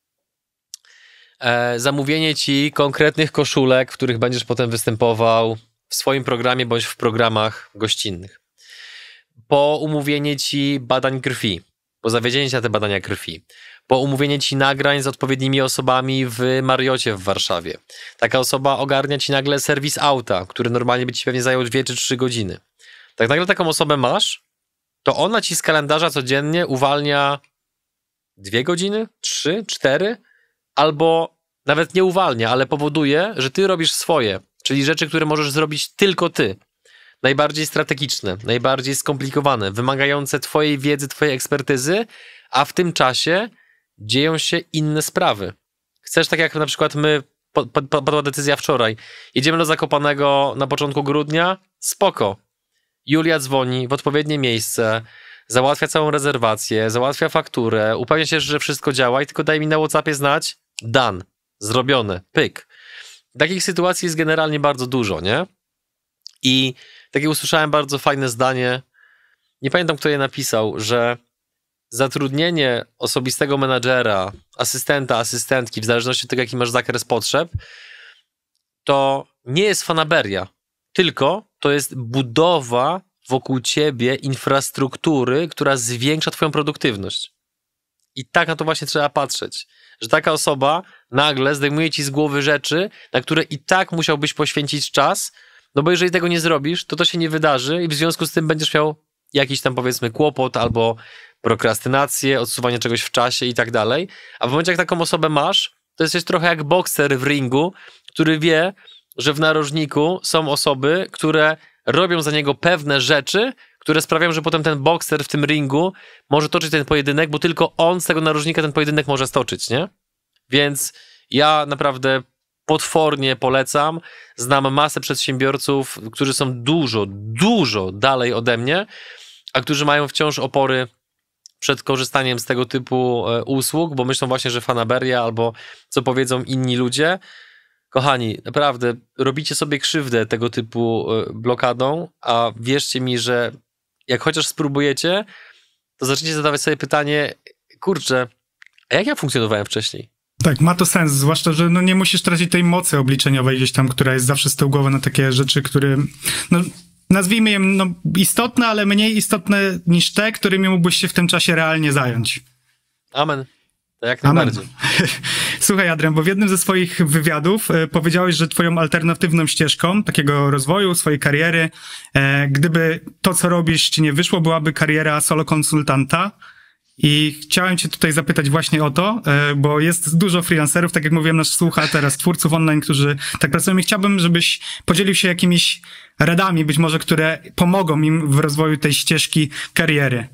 e, zamówienie ci konkretnych koszulek, w których będziesz potem występował w swoim programie bądź w programach gościnnych, po umówienie ci badań krwi, po zawiedzenie ci na te badania krwi, po umówienie ci nagrań z odpowiednimi osobami w Marriocie w Warszawie. Taka osoba ogarnia ci nagle serwis auta, który normalnie by ci pewnie zajął dwie czy trzy godziny. Tak nagle taką osobę masz, to ona ci z kalendarza codziennie uwalnia dwie godziny, trzy, cztery, albo nawet nie uwalnia, ale powoduje, że ty robisz swoje, czyli rzeczy, które możesz zrobić tylko ty. Najbardziej strategiczne, najbardziej skomplikowane, wymagające twojej wiedzy, twojej ekspertyzy, a w tym czasie dzieją się inne sprawy. Chcesz, tak jak na przykład my, padła decyzja wczoraj, jedziemy do Zakopanego na początku grudnia, spoko. Julia dzwoni w odpowiednie miejsce, załatwia całą rezerwację, załatwia fakturę, upewnia się, że wszystko działa i tylko daj mi na WhatsAppie znać, done, zrobione, pyk. Takich sytuacji jest generalnie bardzo dużo, nie? I takie usłyszałem bardzo fajne zdanie, nie pamiętam, kto je napisał, że zatrudnienie osobistego menadżera, asystenta, asystentki, w zależności od tego, jaki masz zakres potrzeb, to nie jest fanaberia, tylko to jest budowa wokół ciebie infrastruktury, która zwiększa twoją produktywność. I tak na to właśnie trzeba patrzeć, że taka osoba nagle zdejmuje ci z głowy rzeczy, na które i tak musiałbyś poświęcić czas, no bo jeżeli tego nie zrobisz, to to się nie wydarzy i w związku z tym będziesz miał jakiś tam, powiedzmy, kłopot albo prokrastynację, odsuwanie czegoś w czasie i tak dalej. A w momencie, jak taką osobę masz, to jesteś trochę jak bokser w ringu, który wie, że w narożniku są osoby, które robią za niego pewne rzeczy, które sprawiają, że potem ten bokser w tym ringu może toczyć ten pojedynek, bo tylko on z tego narożnika ten pojedynek może stoczyć, nie? Więc ja naprawdę potwornie polecam. Znam masę przedsiębiorców, którzy są dużo, dużo dalej ode mnie, a którzy mają wciąż opory przed korzystaniem z tego typu usług, bo myślą właśnie, że fanaberia albo co powiedzą inni ludzie. Kochani, naprawdę robicie sobie krzywdę tego typu blokadą, a wierzcie mi, że jak chociaż spróbujecie, to zaczniecie zadawać sobie pytanie, kurczę, a jak ja funkcjonowałem wcześniej? Tak, ma to sens, zwłaszcza, że no nie musisz tracić tej mocy obliczeniowej gdzieś tam, która jest zawsze z tyłu głowy na takie rzeczy, które, no nazwijmy je no, istotne, ale mniej istotne niż te, którymi mógłbyś się w tym czasie realnie zająć. Amen. To jak najbardziej. Amen. Słuchaj, Adrian, bo w jednym ze swoich wywiadów e, powiedziałeś, że twoją alternatywną ścieżką takiego rozwoju, swojej kariery, e, gdyby to, co robisz, ci nie wyszło, byłaby kariera solo konsultanta. I chciałem cię tutaj zapytać właśnie o to, e, bo jest dużo freelancerów, tak jak mówiłem, nas słucha teraz twórców online, którzy tak pracują i chciałbym, żebyś podzielił się jakimiś radami, być może, które pomogą im w rozwoju tej ścieżki kariery.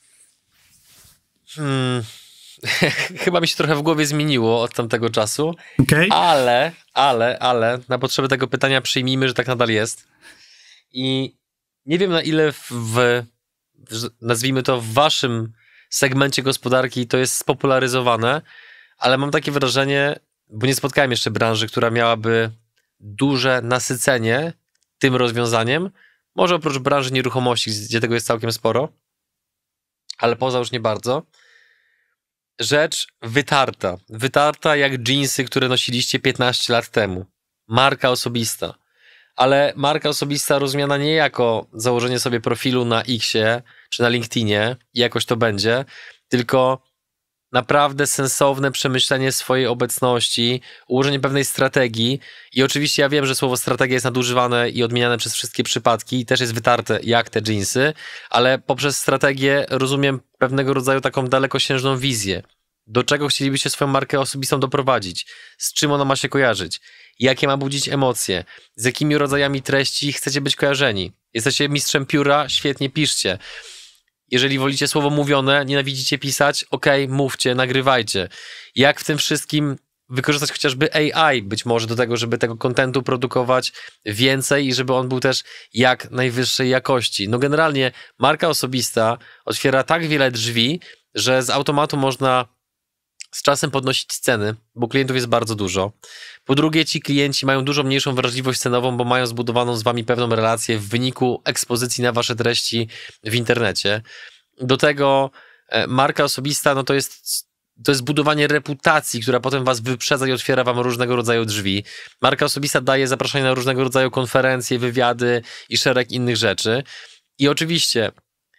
Hmm... Chyba mi się trochę w głowie zmieniło od tamtego czasu, okay. ale, ale, ale na potrzeby tego pytania przyjmijmy, że tak nadal jest. I nie wiem, na ile w, w nazwijmy to w waszym segmencie gospodarki to jest spopularyzowane, ale mam takie wrażenie, bo nie spotkałem jeszcze branży, która miałaby duże nasycenie tym rozwiązaniem, może oprócz branży nieruchomości, gdzie tego jest całkiem sporo, ale poza już nie bardzo. Rzecz wytarta. Wytarta jak dżinsy, które nosiliście piętnaście lat temu. Marka osobista. Ale marka osobista rozumiana nie jako założenie sobie profilu na Xie czy na LinkedInie i jakoś to będzie, tylko naprawdę sensowne przemyślenie swojej obecności, ułożenie pewnej strategii i oczywiście ja wiem, że słowo strategia jest nadużywane i odmieniane przez wszystkie przypadki i też jest wytarte jak te dżinsy, ale poprzez strategię rozumiem pewnego rodzaju taką dalekosiężną wizję. Do czego chcielibyście swoją markę osobistą doprowadzić? Z czym ona ma się kojarzyć? Jakie ma budzić emocje? Z jakimi rodzajami treści chcecie być kojarzeni? Jesteście mistrzem pióra? Świetnie, piszcie. Jeżeli wolicie słowo mówione, nienawidzicie pisać, okej, okay, mówcie, nagrywajcie. Jak w tym wszystkim wykorzystać chociażby A I być może do tego, żeby tego kontentu produkować więcej i żeby on był też jak najwyższej jakości. No generalnie marka osobista otwiera tak wiele drzwi, że z automatu można z czasem podnosić ceny, bo klientów jest bardzo dużo. Po drugie, ci klienci mają dużo mniejszą wrażliwość cenową, bo mają zbudowaną z wami pewną relację w wyniku ekspozycji na wasze treści w internecie. Do tego marka osobista, no to jest, to jest budowanie reputacji, która potem was wyprzedza i otwiera wam różnego rodzaju drzwi. Marka osobista daje zaproszenie na różnego rodzaju konferencje, wywiady i szereg innych rzeczy. I oczywiście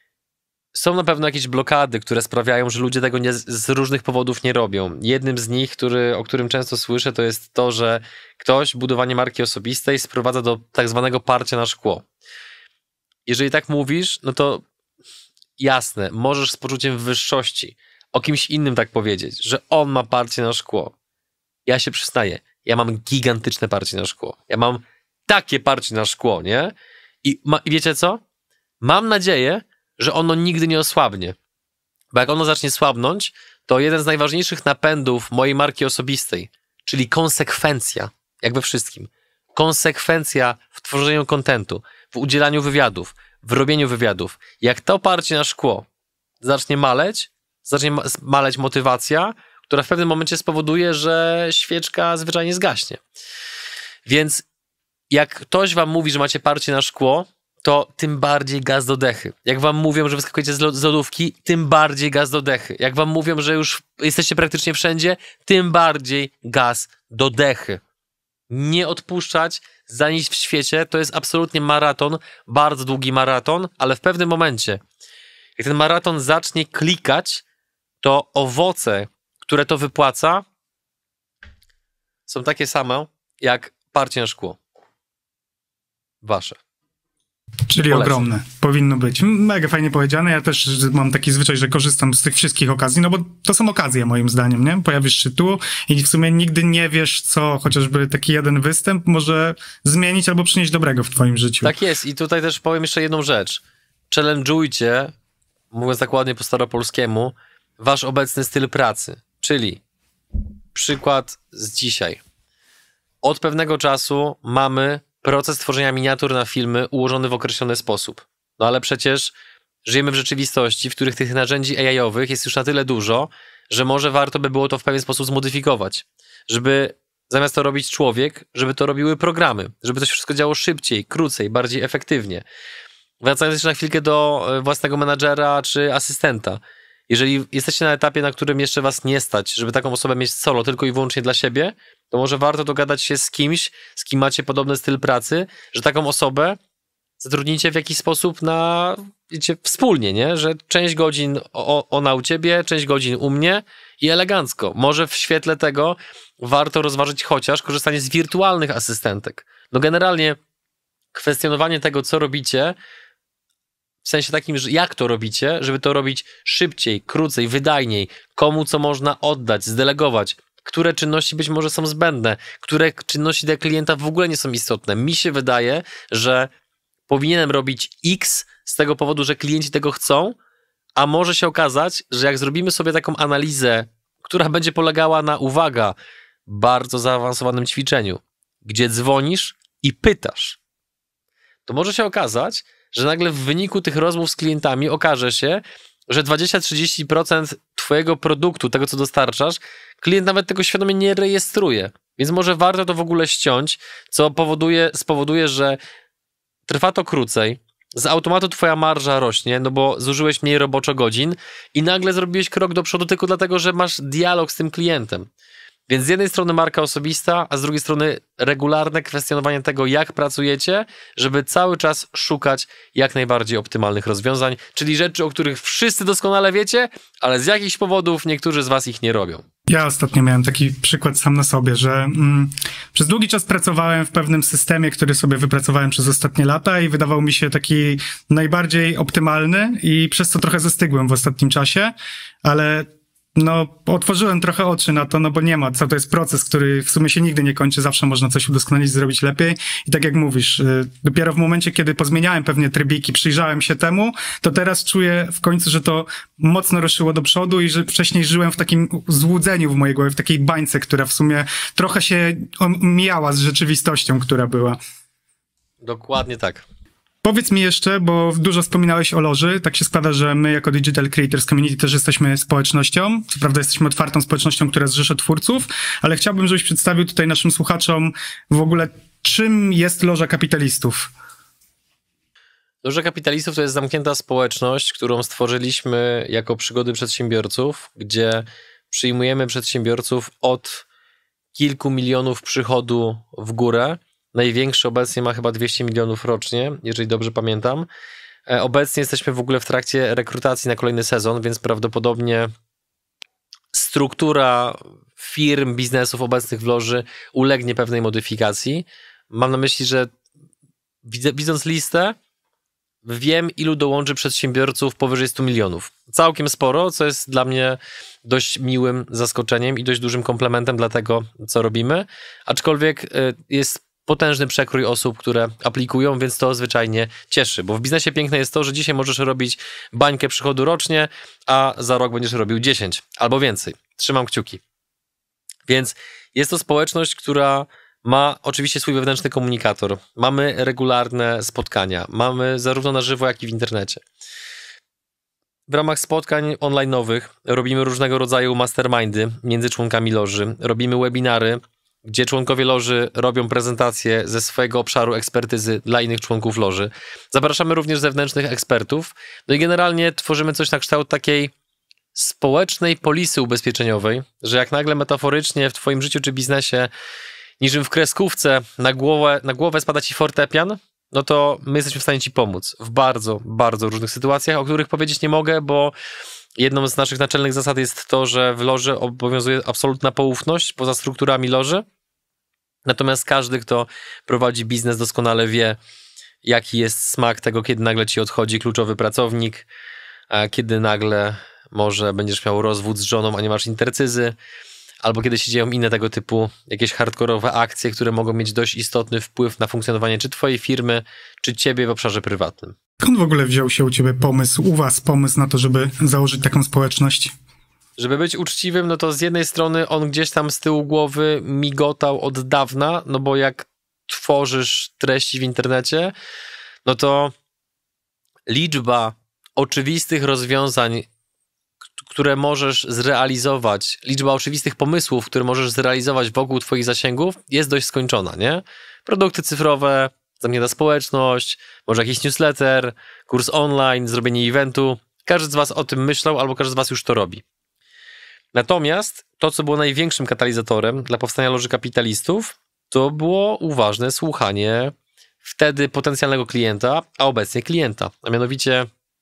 są na pewno jakieś blokady, które sprawiają, że ludzie tego nie, z różnych powodów nie robią. Jednym z nich, który, o którym często słyszę, to jest to, że ktoś budowanie marki osobistej sprowadza do tak zwanego parcia na szkło. Jeżeli tak mówisz, no to jasne, możesz z poczuciem wyższości o kimś innym tak powiedzieć, że on ma parcie na szkło. Ja się przyznaję, ja mam gigantyczne parcie na szkło. Ja mam takie parcie na szkło, nie? I, ma, i wiecie co? Mam nadzieję, że ono nigdy nie osłabnie. Bo jak ono zacznie słabnąć, to jeden z najważniejszych napędów mojej marki osobistej, czyli konsekwencja, jak we wszystkim, konsekwencja w tworzeniu kontentu, w udzielaniu wywiadów, w robieniu wywiadów. Jak to oparcie na szkło zacznie maleć, zacznie maleć motywacja, która w pewnym momencie spowoduje, że świeczka zwyczajnie zgaśnie. Więc jak ktoś wam mówi, że macie parcie na szkło, to tym bardziej gaz do dechy. Jak wam mówią, że wyskakujecie z lodówki, tym bardziej gaz do dechy. Jak wam mówią, że już jesteście praktycznie wszędzie, tym bardziej gaz do dechy. Nie odpuszczać, zanieść w świecie, to jest absolutnie maraton, bardzo długi maraton, ale w pewnym momencie, jak ten maraton zacznie klikać, to owoce, które to wypłaca, są takie same, jak parcie na szkło. Wasze. Czyli Polecam. Ogromne. Powinno być. Mega fajnie powiedziane. Ja też mam taki zwyczaj, że korzystam z tych wszystkich okazji, no bo to są okazje moim zdaniem, nie? Pojawisz się tu i w sumie nigdy nie wiesz, co chociażby taki jeden występ może zmienić albo przynieść dobrego w twoim życiu. Tak jest. I tutaj też powiem jeszcze jedną rzecz. Challenge'ujcie, mówiąc tak ładnie po staropolskiemu, wasz obecny styl pracy. Czyli przykład z dzisiaj. Od pewnego czasu mamy proces tworzenia miniatur na filmy ułożony w określony sposób. No ale przecież żyjemy w rzeczywistości, w których tych narzędzi A I-owych jest już na tyle dużo, że może warto by było to w pewien sposób zmodyfikować. Żeby zamiast to robić człowiek, żeby to robiły programy. Żeby to się wszystko działo szybciej, krócej, bardziej efektywnie. Wracając jeszcze na chwilkę do własnego menadżera czy asystenta. Jeżeli jesteście na etapie, na którym jeszcze was nie stać, żeby taką osobę mieć solo tylko i wyłącznie dla siebie, to może warto dogadać się z kimś, z kim macie podobny styl pracy, że taką osobę zatrudnicie w jakiś sposób na, wiecie, wspólnie, nie? Że część godzin o, ona u ciebie, część godzin u mnie i elegancko. Może w świetle tego warto rozważyć chociaż korzystanie z wirtualnych asystentek. No generalnie kwestionowanie tego, co robicie, w sensie takim, że jak to robicie, żeby to robić szybciej, krócej, wydajniej, komu co można oddać, zdelegować, które czynności być może są zbędne, które czynności dla klienta w ogóle nie są istotne. Mi się wydaje, że powinienem robić X z tego powodu, że klienci tego chcą, a może się okazać, że jak zrobimy sobie taką analizę, która będzie polegała na, uwaga, bardzo zaawansowanym ćwiczeniu, gdzie dzwonisz i pytasz, to może się okazać, że nagle w wyniku tych rozmów z klientami okaże się, że dwadzieścia do trzydziestu procent twojego produktu, tego co dostarczasz, klient nawet tego świadomie nie rejestruje. Więc może warto to w ogóle ściąć, co powoduje, spowoduje, że trwa to krócej, z automatu twoja marża rośnie, no bo zużyłeś mniej roboczo godzin i nagle zrobiłeś krok do przodu tylko dlatego, że masz dialog z tym klientem. Więc z jednej strony marka osobista, a z drugiej strony regularne kwestionowanie tego, jak pracujecie, żeby cały czas szukać jak najbardziej optymalnych rozwiązań, czyli rzeczy, o których wszyscy doskonale wiecie, ale z jakichś powodów niektórzy z was ich nie robią. Ja ostatnio miałem taki przykład sam na sobie, że mm, przez długi czas pracowałem w pewnym systemie, który sobie wypracowałem przez ostatnie lata i wydawał mi się taki najbardziej optymalny i przez co trochę zastygłem w ostatnim czasie, ale No, otworzyłem trochę oczy na to, no bo nie ma co, to jest proces, który w sumie się nigdy nie kończy, zawsze można coś udoskonalić, zrobić lepiej i tak jak mówisz, dopiero w momencie, kiedy pozmieniałem pewnie trybiki, przyjrzałem się temu, to teraz czuję w końcu, że to mocno ruszyło do przodu i że wcześniej żyłem w takim złudzeniu w mojej głowie, w takiej bańce, która w sumie trochę się mijała z rzeczywistością, która była. Dokładnie tak. Powiedz mi jeszcze, bo dużo wspominałeś o loży, tak się składa, że my jako Digital Creators Community też jesteśmy społecznością, co prawda jesteśmy otwartą społecznością, która zrzesza twórców, ale chciałbym, żebyś przedstawił tutaj naszym słuchaczom w ogóle, czym jest Loża Kapitalistów. Loża Kapitalistów to jest zamknięta społeczność, którą stworzyliśmy jako przygody przedsiębiorców, gdzie przyjmujemy przedsiębiorców od kilku milionów przychodu w górę. Największy obecnie ma chyba dwieście milionów rocznie, jeżeli dobrze pamiętam. Obecnie jesteśmy w ogóle w trakcie rekrutacji na kolejny sezon, więc prawdopodobnie struktura firm, biznesów obecnych w Loży ulegnie pewnej modyfikacji. Mam na myśli, że widząc listę, wiem, ilu dołączy przedsiębiorców powyżej stu milionów. Całkiem sporo, co jest dla mnie dość miłym zaskoczeniem i dość dużym komplementem dla tego, co robimy. Aczkolwiek jest potężny przekrój osób, które aplikują, więc to zwyczajnie cieszy, bo w biznesie piękne jest to, że dzisiaj możesz robić bańkę przychodu rocznie, a za rok będziesz robił dziesięć albo więcej. Trzymam kciuki. Więc jest to społeczność, która ma oczywiście swój wewnętrzny komunikator. Mamy regularne spotkania. Mamy zarówno na żywo, jak i w internecie. W ramach spotkań online'owych robimy różnego rodzaju mastermindy między członkami Loży. Robimy webinary, gdzie członkowie Loży robią prezentacje ze swojego obszaru ekspertyzy dla innych członków Loży. Zapraszamy również zewnętrznych ekspertów. No i generalnie tworzymy coś na kształt takiej społecznej polisy ubezpieczeniowej, że jak nagle metaforycznie w twoim życiu czy biznesie niczym w kreskówce na głowę, na głowę spada ci fortepian, no to my jesteśmy w stanie ci pomóc w bardzo, bardzo różnych sytuacjach, o których powiedzieć nie mogę, bo jedną z naszych naczelnych zasad jest to, że w Loży obowiązuje absolutna poufność poza strukturami Loży. Natomiast każdy, kto prowadzi biznes, doskonale wie, jaki jest smak tego, kiedy nagle ci odchodzi kluczowy pracownik, a kiedy nagle może będziesz miał rozwód z żoną, a nie masz intercyzy, albo kiedy się dzieją inne tego typu jakieś hardkorowe akcje, które mogą mieć dość istotny wpływ na funkcjonowanie czy twojej firmy, czy ciebie w obszarze prywatnym. Skąd w ogóle wziął się u ciebie pomysł, u was pomysł na to, żeby założyć taką społeczność? Żeby być uczciwym, no to z jednej strony on gdzieś tam z tyłu głowy migotał od dawna, no bo jak tworzysz treści w internecie, no to liczba oczywistych rozwiązań, które możesz zrealizować, liczba oczywistych pomysłów, które możesz zrealizować wokół twoich zasięgów jest dość skończona, nie? Produkty cyfrowe, zamknięta społeczność, może jakiś newsletter, kurs online, zrobienie eventu. Każdy z was o tym myślał, albo każdy z was już to robi. Natomiast to, co było największym katalizatorem dla powstania Loży Kapitalistów, to było uważne słuchanie wtedy potencjalnego klienta, a obecnie klienta. A mianowicie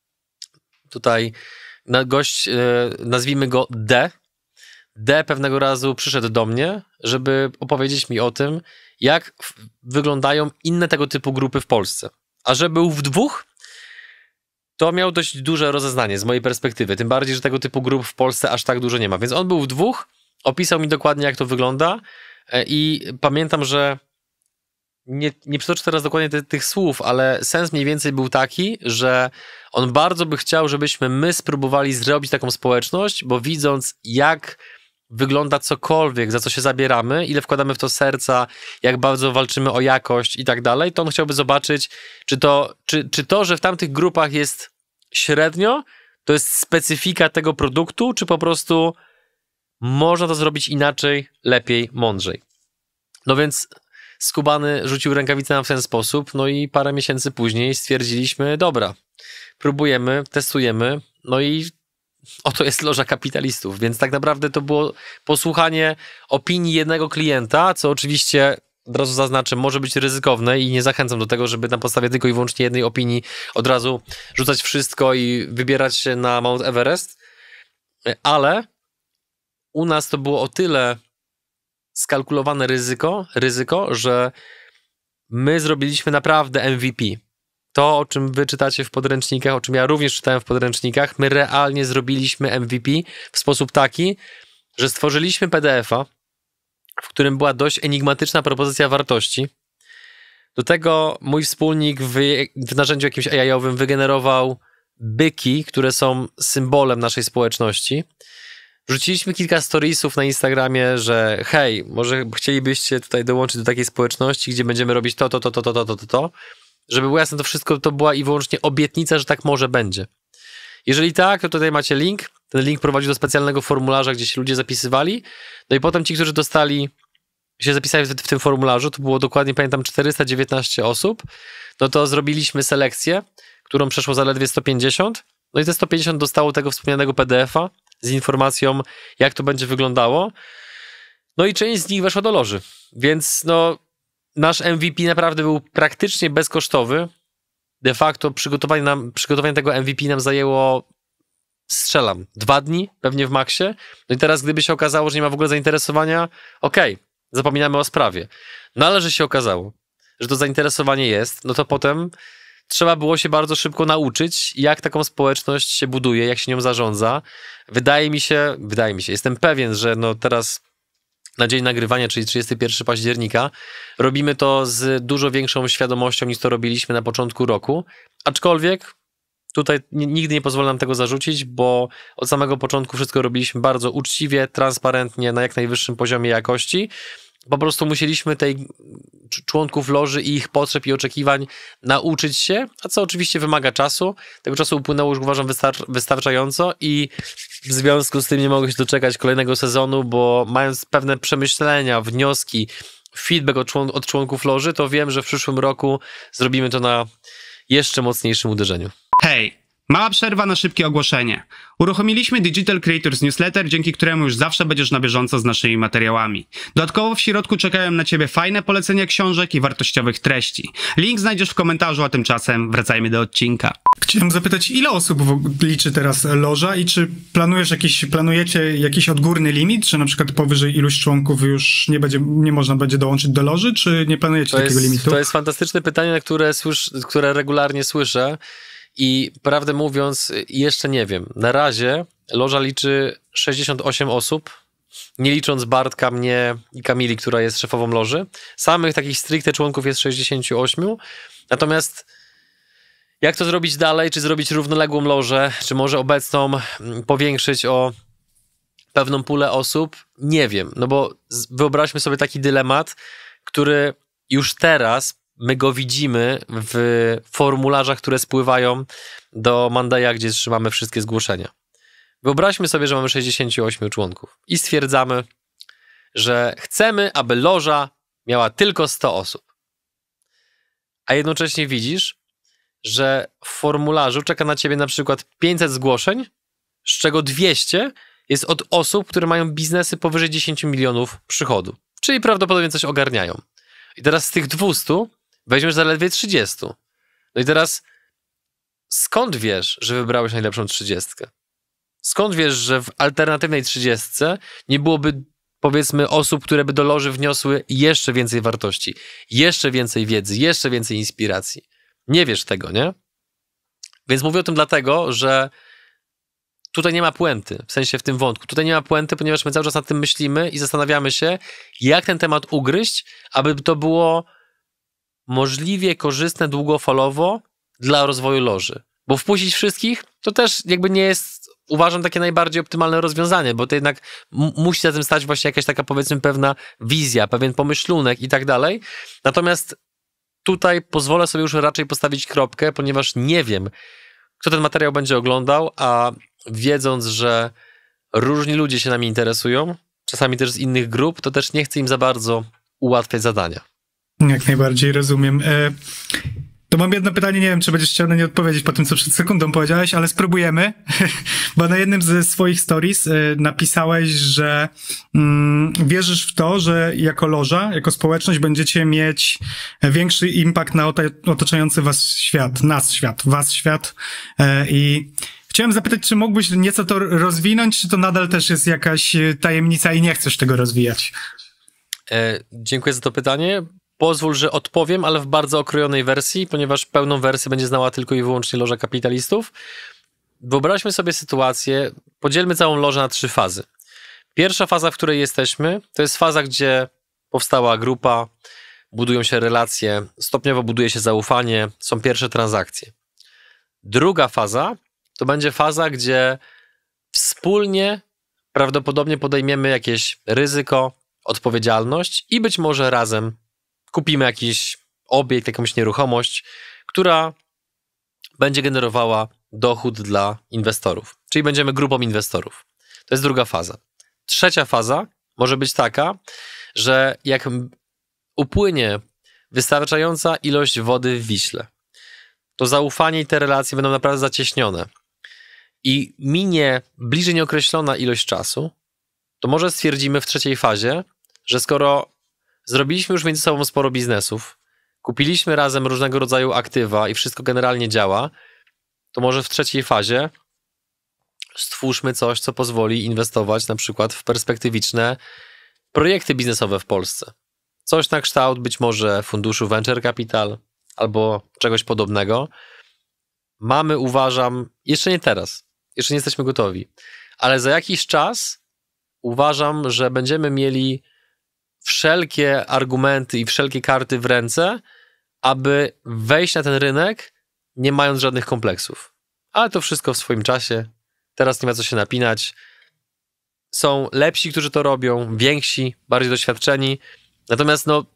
tutaj gość, nazwijmy go D. D pewnego razu przyszedł do mnie, żeby opowiedzieć mi o tym, jak wyglądają inne tego typu grupy w Polsce. A że był w dwóch, to miał dość duże rozeznanie z mojej perspektywy. Tym bardziej, że tego typu grup w Polsce aż tak dużo nie ma. Więc on był w dwóch, opisał mi dokładnie, jak to wygląda i pamiętam, że nie, nie przytoczę teraz dokładnie te, tych słów, ale sens mniej więcej był taki, że on bardzo by chciał, żebyśmy my spróbowali zrobić taką społeczność, bo widząc, jak wygląda cokolwiek, za co się zabieramy, ile wkładamy w to serca, jak bardzo walczymy o jakość i tak dalej, to on chciałby zobaczyć, czy to, czy, czy to, że w tamtych grupach jest średnio, to jest specyfika tego produktu, czy po prostu można to zrobić inaczej, lepiej, mądrzej. No więc skubany rzucił rękawicę nam w ten sposób, no i parę miesięcy później stwierdziliśmy, dobra, próbujemy, testujemy, no i oto jest Loża Kapitalistów, więc tak naprawdę to było posłuchanie opinii jednego klienta, co oczywiście, od razu zaznaczę, może być ryzykowne i nie zachęcam do tego, żeby na podstawie tylko i wyłącznie jednej opinii od razu rzucać wszystko i wybierać się na Mount Everest, ale u nas to było o tyle skalkulowane ryzyko, ryzyko, że my zrobiliśmy naprawdę M V P. to, o czym wy czytacie w podręcznikach, o czym ja również czytałem w podręcznikach, my realnie zrobiliśmy M V P w sposób taki, że stworzyliśmy P D F-a, w którym była dość enigmatyczna propozycja wartości. Do tego mój wspólnik w, w narzędziu jakimś A I-owym wygenerował byki, które są symbolem naszej społeczności. Wrzuciliśmy kilka storiesów na Instagramie, że hej, może chcielibyście tutaj dołączyć do takiej społeczności, gdzie będziemy robić to, to, to, to, to, to, to, to. Żeby było jasne, to wszystko to była i wyłącznie obietnica, że tak może będzie. Jeżeli tak, to tutaj macie link. Ten link prowadzi do specjalnego formularza, gdzie się ludzie zapisywali. No i potem ci, którzy dostali, się zapisali w, w tym formularzu, to było dokładnie, pamiętam, czterysta dziewiętnaście osób, no to zrobiliśmy selekcję, którą przeszło zaledwie sto pięćdziesiąt. No i te sto pięćdziesiąt dostało tego wspomnianego P D F-a z informacją, jak to będzie wyglądało. No i część z nich weszła do loży. Więc no, nasz M V P naprawdę był praktycznie bezkosztowy. De facto przygotowanie, nam, przygotowanie tego M V P nam zajęło, strzelam, dwa dni, pewnie w maksie. No i teraz, gdyby się okazało, że nie ma w ogóle zainteresowania, okej, okay, zapominamy o sprawie. No ale że się okazało, że to zainteresowanie jest, no to potem trzeba było się bardzo szybko nauczyć, jak taką społeczność się buduje, jak się nią zarządza. Wydaje mi się, wydaje mi się, jestem pewien, że no teraz na dzień nagrywania, czyli trzydziestego pierwszego października, robimy to z dużo większą świadomością, niż to robiliśmy na początku roku. Aczkolwiek tutaj nigdy nie pozwolę nam tego zarzucić, bo od samego początku wszystko robiliśmy bardzo uczciwie, transparentnie, na jak najwyższym poziomie jakości. Po prostu musieliśmy tej członków loży i ich potrzeb i oczekiwań nauczyć się, a co oczywiście wymaga czasu. Tego czasu upłynęło już, uważam, wystar- wystarczająco i w związku z tym nie mogę się doczekać kolejnego sezonu, bo mając pewne przemyślenia, wnioski, feedback od, człon- od członków loży, to wiem, że w przyszłym roku zrobimy to na jeszcze mocniejszym uderzeniu. Hej! Mała przerwa na szybkie ogłoszenie. Uruchomiliśmy Digital Creators Newsletter, dzięki któremu już zawsze będziesz na bieżąco z naszymi materiałami. Dodatkowo w środku czekają na Ciebie fajne polecenia książek i wartościowych treści. Link znajdziesz w komentarzu, a tymczasem wracajmy do odcinka. Chciałem zapytać, ile osób liczy teraz loża i czy planujesz jakiś, planujecie jakiś odgórny limit, czy na przykład powyżej iluś członków już nie będzie, nie można będzie dołączyć do loży, czy nie planujecie to takiego jest, limitu? To jest fantastyczne pytanie, na które, słysz, które regularnie słyszę. I prawdę mówiąc, jeszcze nie wiem. Na razie loża liczy sześćdziesiąt osiem osób, nie licząc Bartka, mnie i Kamili, która jest szefową loży. Samych takich stricte członków jest sześćdziesiąt osiem. Natomiast jak to zrobić dalej? Czy zrobić równoległą lożę? Czy może obecną powiększyć o pewną pulę osób? Nie wiem. No bo wyobraźmy sobie taki dylemat, który już teraz my go widzimy w formularzach, które spływają do Mondaya, gdzie trzymamy wszystkie zgłoszenia. Wyobraźmy sobie, że mamy sześćdziesiąt osiem członków i stwierdzamy, że chcemy, aby loża miała tylko sto osób. A jednocześnie widzisz, że w formularzu czeka na ciebie na przykład pięćset zgłoszeń, z czego dwieście jest od osób, które mają biznesy powyżej dziesięć milionów przychodu. Czyli prawdopodobnie coś ogarniają. I teraz z tych dwustu weźmiesz zaledwie trzydzieści. No i teraz skąd wiesz, że wybrałeś najlepszą trzydziestkę? Skąd wiesz, że w alternatywnej trzydziestce nie byłoby, powiedzmy, osób, które by do loży wniosły jeszcze więcej wartości, jeszcze więcej wiedzy, jeszcze więcej inspiracji? Nie wiesz tego, nie? Więc mówię o tym dlatego, że tutaj nie ma puenty, w sensie w tym wątku. Tutaj nie ma puenty, ponieważ my cały czas nad tym myślimy i zastanawiamy się, jak ten temat ugryźć, aby to było możliwie korzystne długofalowo dla rozwoju loży. Bo wpuścić wszystkich to też jakby nie jest, uważam, takie najbardziej optymalne rozwiązanie, bo to jednak m- musi za tym stać właśnie jakaś taka, powiedzmy, pewna wizja, pewien pomyślunek i tak dalej. Natomiast tutaj pozwolę sobie już raczej postawić kropkę, ponieważ nie wiem, kto ten materiał będzie oglądał, a wiedząc, że różni ludzie się nami interesują, czasami też z innych grup, to też nie chcę im za bardzo ułatwiać zadania. Jak najbardziej rozumiem. E, to mam jedno pytanie, nie wiem, czy będziesz chciał na nie odpowiedzieć po tym, co przed sekundą powiedziałeś, ale spróbujemy, bo na jednym ze swoich stories e, napisałeś, że mm, wierzysz w to, że jako loża, jako społeczność będziecie mieć większy impact na otaczający was świat, nas świat, was świat e, i chciałem zapytać, czy mógłbyś nieco to rozwinąć, czy to nadal też jest jakaś tajemnica i nie chcesz tego rozwijać? E, dziękuję za to pytanie. pozwól, że odpowiem, ale w bardzo okrojonej wersji, ponieważ pełną wersję będzie znała tylko i wyłącznie Loża Kapitalistów. Wyobraźmy sobie sytuację, podzielmy całą lożę na trzy fazy. Pierwsza faza, w której jesteśmy, to jest faza, gdzie powstała grupa, budują się relacje, stopniowo buduje się zaufanie, są pierwsze transakcje. Druga faza to będzie faza, gdzie wspólnie prawdopodobnie podejmiemy jakieś ryzyko, odpowiedzialność i być może razem kupimy jakiś obiekt, jakąś nieruchomość, która będzie generowała dochód dla inwestorów. Czyli będziemy grupą inwestorów. To jest druga faza. Trzecia faza może być taka, że jak upłynie wystarczająca ilość wody w Wiśle, to zaufanie i te relacje będą naprawdę zacieśnione i minie bliżej nieokreślona ilość czasu, to może stwierdzimy w trzeciej fazie, że skoro zrobiliśmy już między sobą sporo biznesów, kupiliśmy razem różnego rodzaju aktywa i wszystko generalnie działa, to może w trzeciej fazie stwórzmy coś, co pozwoli inwestować na przykład w perspektywiczne projekty biznesowe w Polsce. Coś na kształt być może funduszu Venture Capital albo czegoś podobnego. Mamy, uważam, jeszcze nie teraz, jeszcze nie jesteśmy gotowi, ale za jakiś czas uważam, że będziemy mieli wszelkie argumenty i wszelkie karty w ręce, aby wejść na ten rynek, nie mając żadnych kompleksów. Ale to wszystko w swoim czasie. Teraz nie ma co się napinać. Są lepsi, którzy to robią, więksi, bardziej doświadczeni. Natomiast no,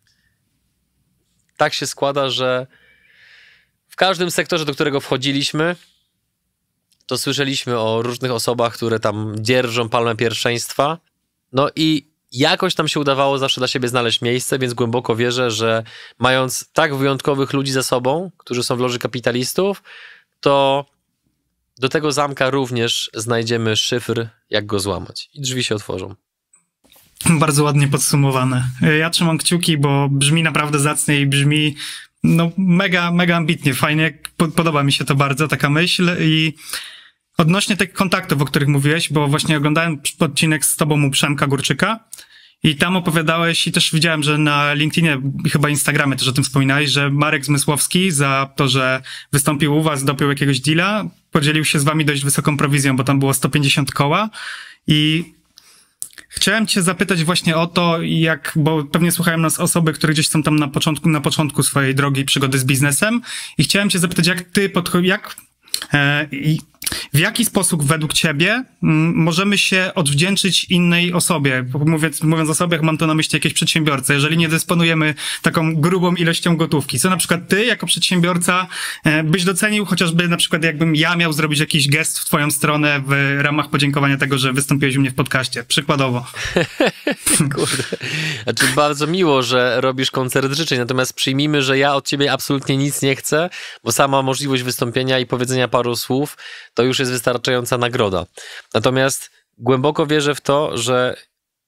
tak się składa, że w każdym sektorze, do którego wchodziliśmy, to słyszeliśmy o różnych osobach, które tam dzierżą palmę pierwszeństwa. No i jakoś tam się udawało zawsze dla siebie znaleźć miejsce, więc głęboko wierzę, że mając tak wyjątkowych ludzi za sobą, którzy są w Loży Kapitalistów, to do tego zamka również znajdziemy szyfr, jak go złamać. I drzwi się otworzą. Bardzo ładnie podsumowane. Ja trzymam kciuki, bo brzmi naprawdę zacnie i brzmi no mega, mega ambitnie, fajnie. Podoba mi się to bardzo, taka myśl. I odnośnie tych kontaktów, o których mówiłeś, bo właśnie oglądałem odcinek z tobą u Przemka Górczyka i tam opowiadałeś i też widziałem, że na LinkedInie i chyba Instagramie też o tym wspominałeś, że Marek Zmysłowski za to, że wystąpił u was, dopiął jakiegoś deala, podzielił się z wami dość wysoką prowizją, bo tam było sto pięćdziesiąt koła i chciałem cię zapytać właśnie o to, jak, bo pewnie słuchają nas osoby, które gdzieś są tam na początku, na początku swojej drogi przygody z biznesem i chciałem cię zapytać, jak ty podchodzisz, jak e, i w jaki sposób według ciebie m, możemy się odwdzięczyć innej osobie? Mówiąc, mówiąc o sobie, mam to na myśli jakieś przedsiębiorcę, jeżeli nie dysponujemy taką grubą ilością gotówki. Co na przykład ty jako przedsiębiorca e, byś docenił, chociażby na przykład jakbym ja miał zrobić jakiś gest w twoją stronę w ramach podziękowania tego, że wystąpiłeś u mnie w podcaście. Przykładowo. Kurde. Znaczy bardzo miło, że robisz koncert życzeń, natomiast przyjmijmy, że ja od ciebie absolutnie nic nie chcę, bo sama możliwość wystąpienia i powiedzenia paru słów to już jest wystarczająca nagroda. Natomiast głęboko wierzę w to, że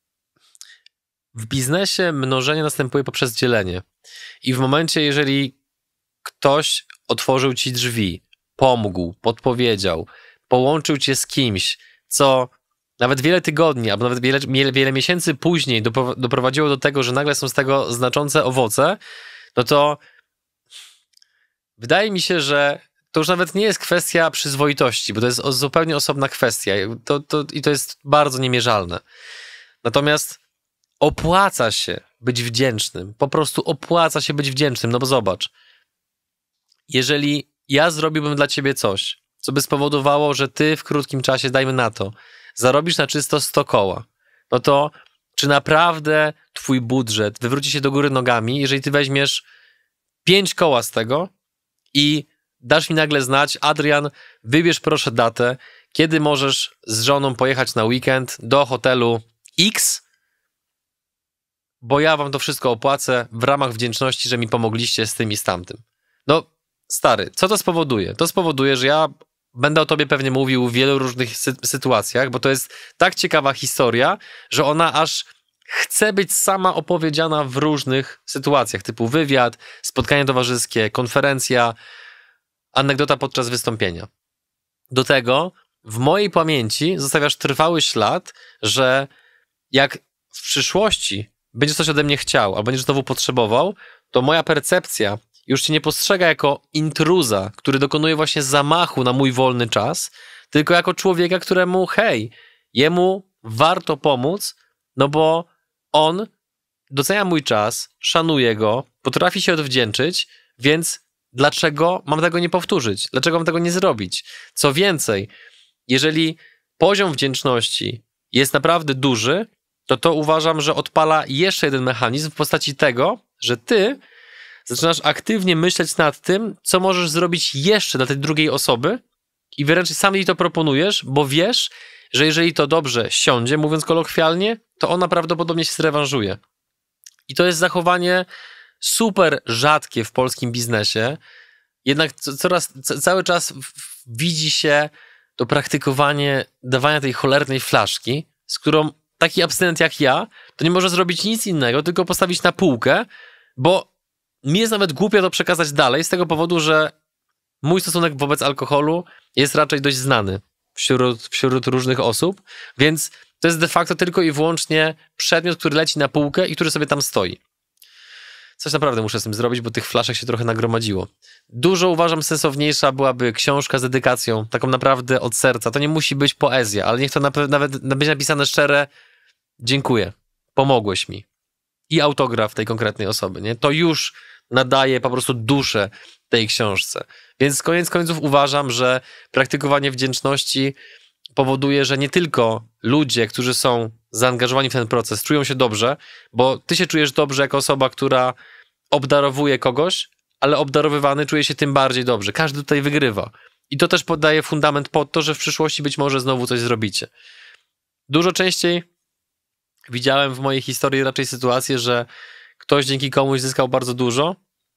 w biznesie mnożenie następuje poprzez dzielenie. I w momencie, jeżeli ktoś otworzył ci drzwi, pomógł, podpowiedział, połączył cię z kimś, co nawet wiele tygodni, albo nawet wiele, wiele miesięcy później doprowadziło do tego, że nagle są z tego znaczące owoce, no to wydaje mi się, że to już nawet nie jest kwestia przyzwoitości, bo to jest zupełnie osobna kwestia to, to, i to jest bardzo niemierzalne. Natomiast opłaca się być wdzięcznym, po prostu opłaca się być wdzięcznym, no bo zobacz, jeżeli ja zrobiłbym dla ciebie coś, co by spowodowało, że ty w krótkim czasie, dajmy na to, zarobisz na czysto sto koła, no to czy naprawdę twój budżet wywróci się do góry nogami, jeżeli ty weźmiesz pięć koła z tego i dasz mi nagle znać, Adrian, wybierz proszę datę, kiedy możesz z żoną pojechać na weekend do hotelu X, bo ja wam to wszystko opłacę w ramach wdzięczności, że mi pomogliście z tym i z tamtym. No, stary, co to spowoduje? To spowoduje, że ja będę o tobie pewnie mówił w wielu różnych sy- sytuacjach, bo to jest tak ciekawa historia, że ona aż chce być sama opowiedziana w różnych sytuacjach, typu wywiad, spotkanie towarzyskie, konferencja, anegdota podczas wystąpienia. Do tego w mojej pamięci zostawiasz trwały ślad, że jak w przyszłości będziesz coś ode mnie chciał, albo będziesz znowu potrzebował, to moja percepcja już cię nie postrzega jako intruza, który dokonuje właśnie zamachu na mój wolny czas, tylko jako człowieka, któremu hej, jemu warto pomóc, no bo on docenia mój czas, szanuje go, potrafi się odwdzięczyć, więc dlaczego mam tego nie powtórzyć? Dlaczego mam tego nie zrobić? Co więcej, jeżeli poziom wdzięczności jest naprawdę duży, to to uważam, że odpala jeszcze jeden mechanizm w postaci tego, że ty zaczynasz aktywnie myśleć nad tym, co możesz zrobić jeszcze dla tej drugiej osoby i wręcz sam jej to proponujesz, bo wiesz, że jeżeli to dobrze siądzie, mówiąc kolokwialnie, to ona prawdopodobnie się zrewanżuje. I to jest zachowanie super rzadkie w polskim biznesie, jednak coraz, cały czas widzi się to praktykowanie dawania tej cholernej flaszki, z którą taki abstynent jak ja, to nie może zrobić nic innego, tylko postawić na półkę, bo mi jest nawet głupio to przekazać dalej, z tego powodu, że mój stosunek wobec alkoholu jest raczej dość znany wśród, wśród różnych osób, więc to jest de facto tylko i wyłącznie przedmiot, który leci na półkę i który sobie tam stoi. Coś naprawdę muszę z tym zrobić, bo tych flaszek się trochę nagromadziło. Dużo, uważam, sensowniejsza byłaby książka z dedykacją, taką naprawdę od serca. To nie musi być poezja, ale niech to nawet będzie napisane szczere: dziękuję, pomogłeś mi. I autograf tej konkretnej osoby, nie? To już nadaje po prostu duszę tej książce. Więc koniec końców uważam, że praktykowanie wdzięczności powoduje, że nie tylko ludzie, którzy są zaangażowani w ten proces, czują się dobrze, bo ty się czujesz dobrze jako osoba, która obdarowuje kogoś, ale obdarowywany czuje się tym bardziej dobrze. Każdy tutaj wygrywa. I to też podaje fundament pod to, że w przyszłości być może znowu coś zrobicie. Dużo częściej widziałem w mojej historii raczej sytuację, że ktoś dzięki komuś zyskał bardzo dużo,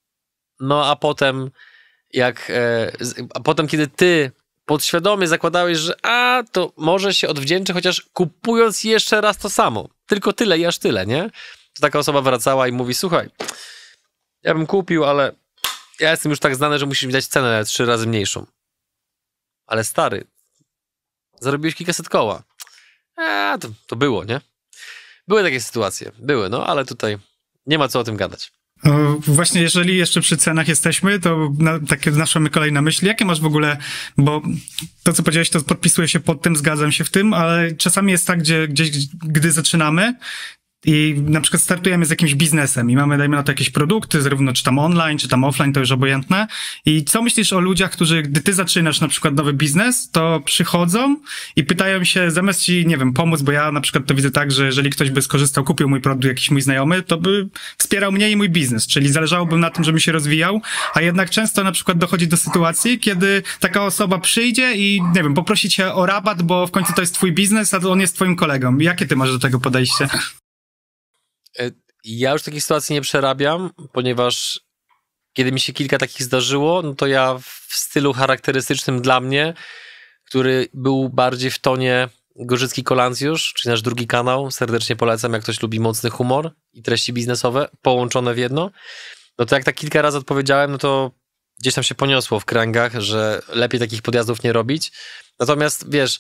no a potem jak, e, a potem kiedy ty podświadomie zakładałeś, że a, to może się odwdzięczy, chociaż kupując jeszcze raz to samo. Tylko tyle i aż tyle, nie? To taka osoba wracała i mówi: słuchaj, ja bym kupił, ale ja jestem już tak znany, że musisz mi dać cenę trzy razy mniejszą. Ale stary, zarobiłeś kilkaset koła. A, to, to było, nie? Były takie sytuacje, były, no, ale tutaj nie ma co o tym gadać. O, właśnie jeżeli jeszcze przy cenach jesteśmy, to na, takie naszły kolejne myśli. Jakie masz w ogóle, bo to, co powiedziałeś, to podpisuję się pod tym, zgadzam się w tym, ale czasami jest tak, gdzie gdzieś, gdy zaczynamy i na przykład startujemy z jakimś biznesem i mamy, dajmy na to, jakieś produkty, zarówno czy tam online, czy tam offline, to już obojętne. I co myślisz o ludziach, którzy, gdy ty zaczynasz na przykład nowy biznes, to przychodzą i pytają się, zamiast ci, nie wiem, pomóc, bo ja na przykład to widzę tak, że jeżeli ktoś by skorzystał, kupił mój produkt, jakiś mój znajomy, to by wspierał mnie i mój biznes, czyli zależałoby na tym, żebym się rozwijał, a jednak często na przykład dochodzi do sytuacji, kiedy taka osoba przyjdzie i, nie wiem, poprosi cię o rabat, bo w końcu to jest twój biznes, a on jest twoim kolegą. Jakie ty masz do tego podejście? Ja już takiej sytuacji nie przerabiam, ponieważ kiedy mi się kilka takich zdarzyło, no to ja w stylu charakterystycznym dla mnie, który był bardziej w tonie Gorzycki Kolancjusz, czyli nasz drugi kanał, serdecznie polecam, jak ktoś lubi mocny humor i treści biznesowe połączone w jedno, no to jak tak kilka razy odpowiedziałem, no to gdzieś tam się poniosło w kręgach, że lepiej takich podjazdów nie robić. Natomiast wiesz,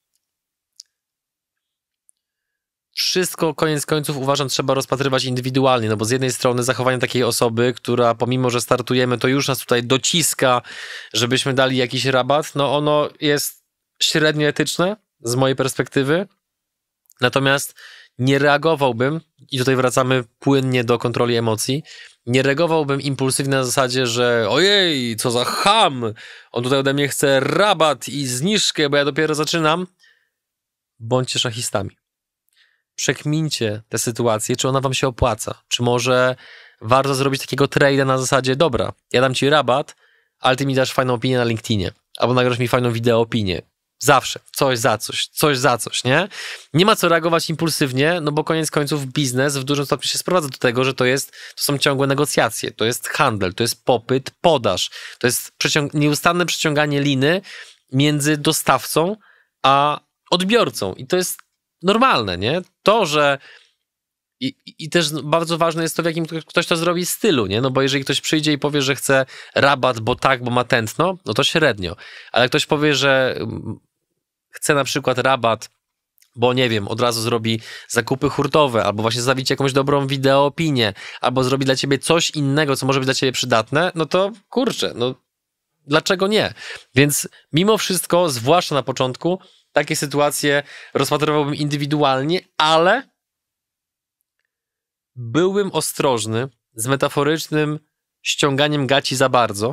wszystko koniec końców uważam trzeba rozpatrywać indywidualnie, no bo z jednej strony zachowanie takiej osoby, która pomimo, że startujemy, to już nas tutaj dociska, żebyśmy dali jakiś rabat, no ono jest średnio etyczne z mojej perspektywy, natomiast nie reagowałbym, i tutaj wracamy płynnie do kontroli emocji, nie reagowałbym impulsywnie na zasadzie, że ojej, co za cham, on tutaj ode mnie chce rabat i zniżkę, bo ja dopiero zaczynam. Bądźcie szachistami. Przekmincie tę sytuację, czy ona wam się opłaca. Czy może warto zrobić takiego trade'a na zasadzie, dobra, ja dam ci rabat, ale ty mi dasz fajną opinię na LinkedInie, albo nagrasz mi fajną wideo opinię. Zawsze. Coś za coś. Coś za coś, nie? Nie ma co reagować impulsywnie, no bo koniec końców biznes w dużym stopniu się sprowadza do tego, że to jest, to są ciągłe negocjacje, to jest handel, to jest popyt, podaż, to jest przeciąg- nieustanne przeciąganie liny między dostawcą a odbiorcą i to jest normalne, nie? To, że i, i też bardzo ważne jest to, w jakim ktoś to zrobi stylu, nie? No bo jeżeli ktoś przyjdzie i powie, że chce rabat, bo tak, bo ma tętno, no to średnio. Ale jak ktoś powie, że chce na przykład rabat, bo nie wiem, od razu zrobi zakupy hurtowe, albo właśnie zostawi ci jakąś dobrą wideoopinię, albo zrobi dla ciebie coś innego, co może być dla ciebie przydatne, no to kurczę, no dlaczego nie? Więc mimo wszystko, zwłaszcza na początku, takie sytuacje rozpatrywałbym indywidualnie, ale byłbym ostrożny z metaforycznym ściąganiem gaci za bardzo,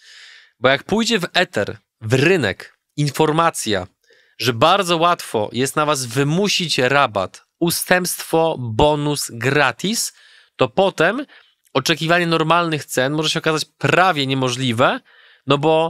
bo jak pójdzie w eter, w rynek, informacja, że bardzo łatwo jest na was wymusić rabat, ustępstwo, bonus, gratis, to potem oczekiwanie normalnych cen może się okazać prawie niemożliwe, no bo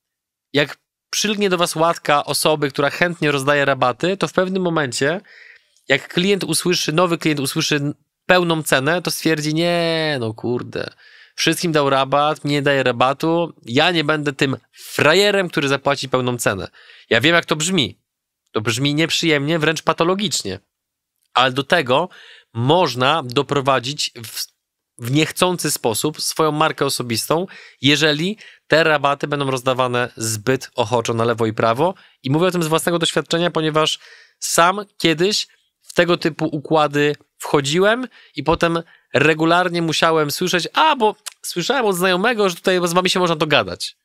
jak przylgnie do was łatka osoby, która chętnie rozdaje rabaty, to w pewnym momencie, jak klient usłyszy, nowy klient usłyszy pełną cenę, to stwierdzi, nie, no kurde, wszystkim dał rabat, mnie nie daje rabatu, ja nie będę tym frajerem, który zapłaci pełną cenę. Ja wiem, jak to brzmi. To brzmi nieprzyjemnie, wręcz patologicznie. Ale do tego można doprowadzić w, w niechcący sposób swoją markę osobistą, jeżeli te rabaty będą rozdawane zbyt ochoczo na lewo i prawo. I mówię o tym z własnego doświadczenia, ponieważ sam kiedyś w tego typu układy wchodziłem i potem regularnie musiałem słyszeć, a bo słyszałem od znajomego, że tutaj z wami się można dogadać.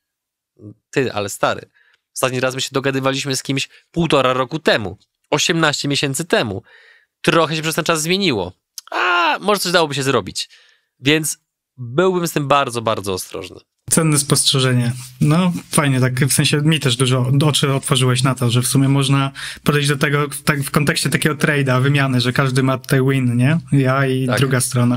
Ty, ale stary, ostatni raz my się dogadywaliśmy z kimś półtora roku temu, osiemnaście miesięcy temu. Trochę się przez ten czas zmieniło. A, może coś dałoby się zrobić. Więc byłbym z tym bardzo, bardzo ostrożny. Cenne spostrzeżenie. No fajnie, tak w sensie mi też dużo oczy otworzyłeś na to, że w sumie można podejść do tego tak, w kontekście takiego trade'a, wymiany, że każdy ma tutaj win, nie? Ja i tak. Druga strona.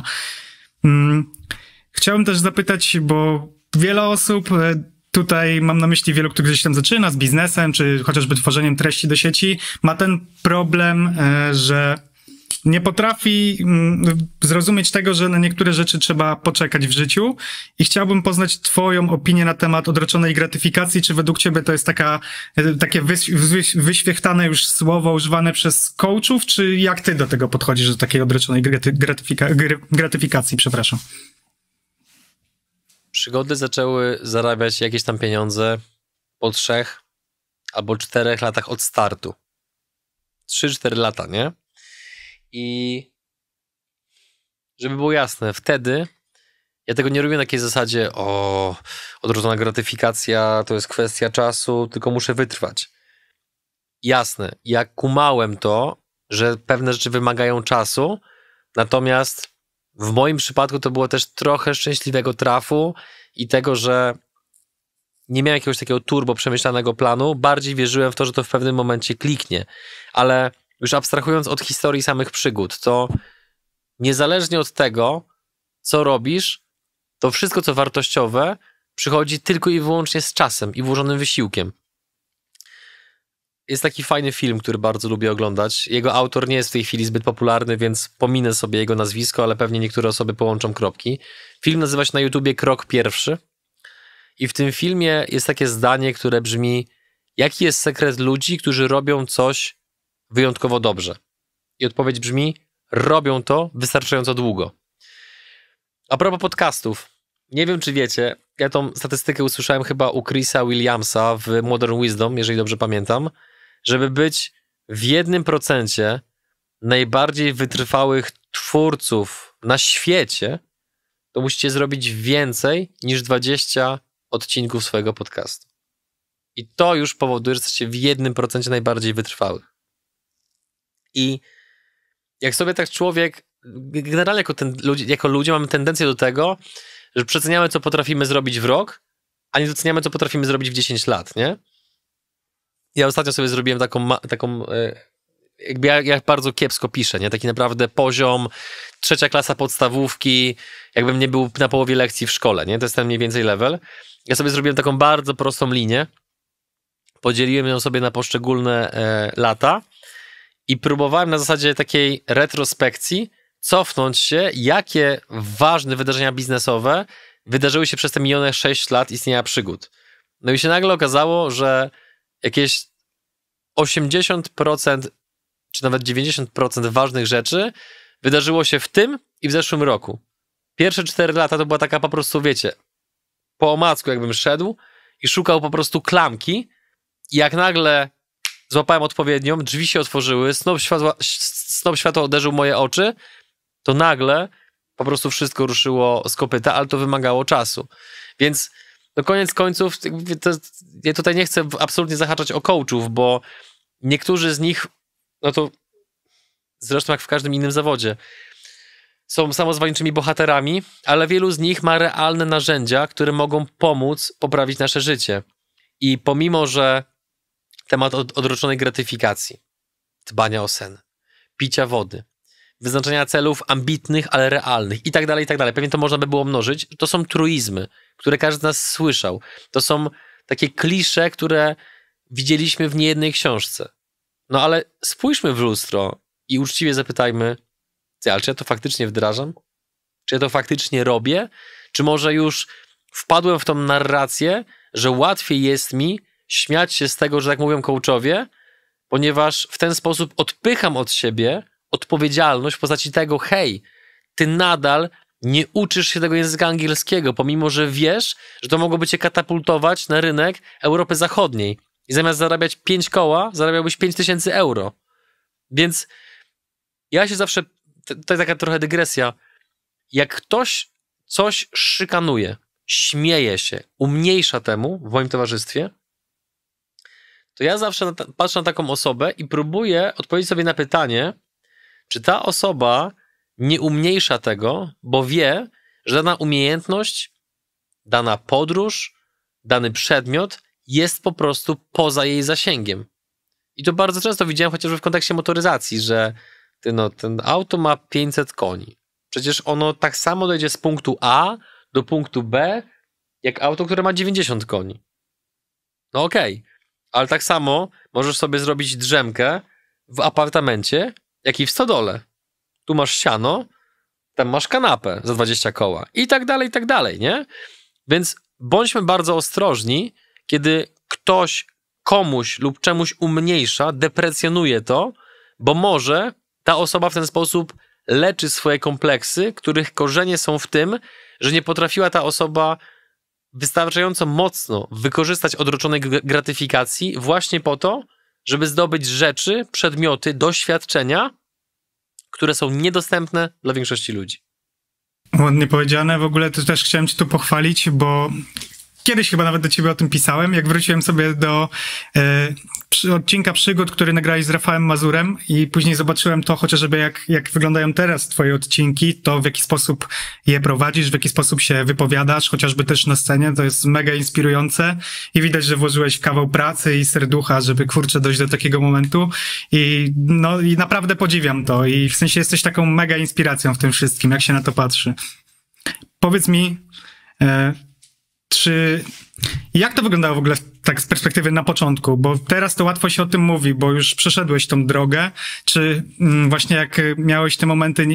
Hmm. Chciałem też zapytać, bo wiele osób, tutaj mam na myśli wielu, którzy gdzieś tam zaczyna z biznesem, czy chociażby tworzeniem treści do sieci, ma ten problem, że nie potrafi zrozumieć tego, że na niektóre rzeczy trzeba poczekać w życiu i chciałbym poznać twoją opinię na temat odroczonej gratyfikacji. Czy według ciebie to jest taka, takie wyś, wyś, wyświechtane już słowo używane przez coachów, czy jak ty do tego podchodzisz, do takiej odroczonej graty, gratyfika, gratyfikacji, przepraszam? Przygody zaczęły zarabiać jakieś tam pieniądze po trzech albo czterech latach od startu. Trzy, cztery lata, nie? I żeby było jasne, wtedy ja tego nie robię na takiej zasadzie, o, odroczona gratyfikacja to jest kwestia czasu, tylko muszę wytrwać. Jasne, ja kumałem to, że pewne rzeczy wymagają czasu, natomiast w moim przypadku to było też trochę szczęśliwego trafu i tego, że nie miałem jakiegoś takiego turbo przemyślanego planu, bardziej wierzyłem w to, że to w pewnym momencie kliknie, ale już abstrahując od historii samych przygód, to niezależnie od tego, co robisz, to wszystko, co wartościowe, przychodzi tylko i wyłącznie z czasem i włożonym wysiłkiem. Jest taki fajny film, który bardzo lubię oglądać. Jego autor nie jest w tej chwili zbyt popularny, więc pominę sobie jego nazwisko, ale pewnie niektóre osoby połączą kropki. Film nazywa się na YouTubie Krok Pierwszy i w tym filmie jest takie zdanie, które brzmi: jaki jest sekret ludzi, którzy robią coś wyjątkowo dobrze? I odpowiedź brzmi: robią to wystarczająco długo. A propos podcastów, nie wiem, czy wiecie, ja tą statystykę usłyszałem chyba u Chrisa Williamsa w Modern Wisdom, jeżeli dobrze pamiętam, żeby być w jednym procencie najbardziej wytrwałych twórców na świecie, to musicie zrobić więcej niż dwadzieścia odcinków swojego podcastu. I to już powoduje, że jesteście w jednym procencie najbardziej wytrwałych. I jak sobie tak człowiek, generalnie jako, ten, jako ludzie mamy tendencję do tego, że przeceniamy, co potrafimy zrobić w rok, a nie doceniamy, co potrafimy zrobić w dziesięć lat, nie? Ja ostatnio sobie zrobiłem taką, taką jakby ja, ja bardzo kiepsko piszę, nie? Taki naprawdę poziom, trzecia klasa podstawówki, jakbym nie był na połowie lekcji w szkole, nie? To jest ten mniej więcej level. Ja sobie zrobiłem taką bardzo prostą linię, podzieliłem ją sobie na poszczególne e, lata i próbowałem na zasadzie takiej retrospekcji cofnąć się, jakie ważne wydarzenia biznesowe wydarzyły się przez te minione sześć lat istnienia przygód. No i się nagle okazało, że jakieś osiemdziesiąt procent czy nawet dziewięćdziesiąt procent ważnych rzeczy wydarzyło się w tym i w zeszłym roku. Pierwsze cztery lata to była taka po prostu, wiecie, po omacku jakbym szedł i szukał po prostu klamki i jak nagle złapałem odpowiednią, drzwi się otworzyły, snop światła, snop światła uderzył w moje oczy, to nagle po prostu wszystko ruszyło z kopyta, ale to wymagało czasu. Więc no koniec końców, to, ja tutaj nie chcę absolutnie zahaczać o coachów, bo niektórzy z nich, no to zresztą jak w każdym innym zawodzie, są samozwańczymi bohaterami, ale wielu z nich ma realne narzędzia, które mogą pomóc poprawić nasze życie. I pomimo, że temat od, odroczonej gratyfikacji, dbania o sen, picia wody, wyznaczenia celów ambitnych, ale realnych i tak dalej, i tak dalej. Pewnie to można by było mnożyć. To są truizmy, które każdy z nas słyszał. To są takie klisze, które widzieliśmy w niejednej książce. No ale spójrzmy w lustro i uczciwie zapytajmy, ty, ale czy ja to faktycznie wdrażam? Czy ja to faktycznie robię? Czy może już wpadłem w tą narrację, że łatwiej jest mi śmiać się z tego, że tak mówią coachowie, ponieważ w ten sposób odpycham od siebie odpowiedzialność w postaci tego, hej, ty nadal nie uczysz się tego języka angielskiego, pomimo że wiesz, że to mogłoby cię katapultować na rynek Europy Zachodniej. I zamiast zarabiać pięć koła, zarabiałbyś pięć tysięcy euro. Więc ja się zawsze, to jest taka trochę dygresja, jak ktoś coś szykanuje, śmieje się, umniejsza temu w moim towarzystwie, to ja zawsze na ta, patrzę na taką osobę i próbuję odpowiedzieć sobie na pytanie, czy ta osoba nie umniejsza tego, bo wie, że dana umiejętność, dana podróż, dany przedmiot jest po prostu poza jej zasięgiem. I to bardzo często widziałem chociażby w kontekście motoryzacji, że ty no, ten auto ma pięćset koni. Przecież ono tak samo dojdzie z punktu A do punktu B, jak auto, które ma dziewięćdziesiąt koni. No okej, okay. Ale tak samo możesz sobie zrobić drzemkę w apartamencie, jak i w stodole. Tu masz siano, tam masz kanapę za dwadzieścia koła i tak dalej, i tak dalej, nie? Więc bądźmy bardzo ostrożni, kiedy ktoś komuś lub czemuś umniejsza, deprecjonuje to, bo może ta osoba w ten sposób leczy swoje kompleksy, których korzenie są w tym, że nie potrafiła ta osoba wystarczająco mocno wykorzystać odroczonej gratyfikacji właśnie po to, żeby zdobyć rzeczy, przedmioty, doświadczenia, które są niedostępne dla większości ludzi. Ładnie powiedziane. W ogóle to też chciałem cię tu pochwalić, bo kiedyś chyba nawet do ciebie o tym pisałem, jak wróciłem sobie do e, przy, odcinka przygód, który nagrałeś z Rafałem Mazurem i później zobaczyłem to chociażby jak, jak wyglądają teraz twoje odcinki, to w jaki sposób je prowadzisz, w jaki sposób się wypowiadasz, chociażby też na scenie, to jest mega inspirujące i widać, że włożyłeś kawał pracy i serducha, żeby kurczę dojść do takiego momentu i no i naprawdę podziwiam to i w sensie jesteś taką mega inspiracją w tym wszystkim, jak się na to patrzy. Powiedz mi, e, czy jak to wyglądało w ogóle tak z perspektywy na początku? Bo teraz to łatwo się o tym mówi, bo już przeszedłeś tą drogę. Czy mm, właśnie jak miałeś te momenty...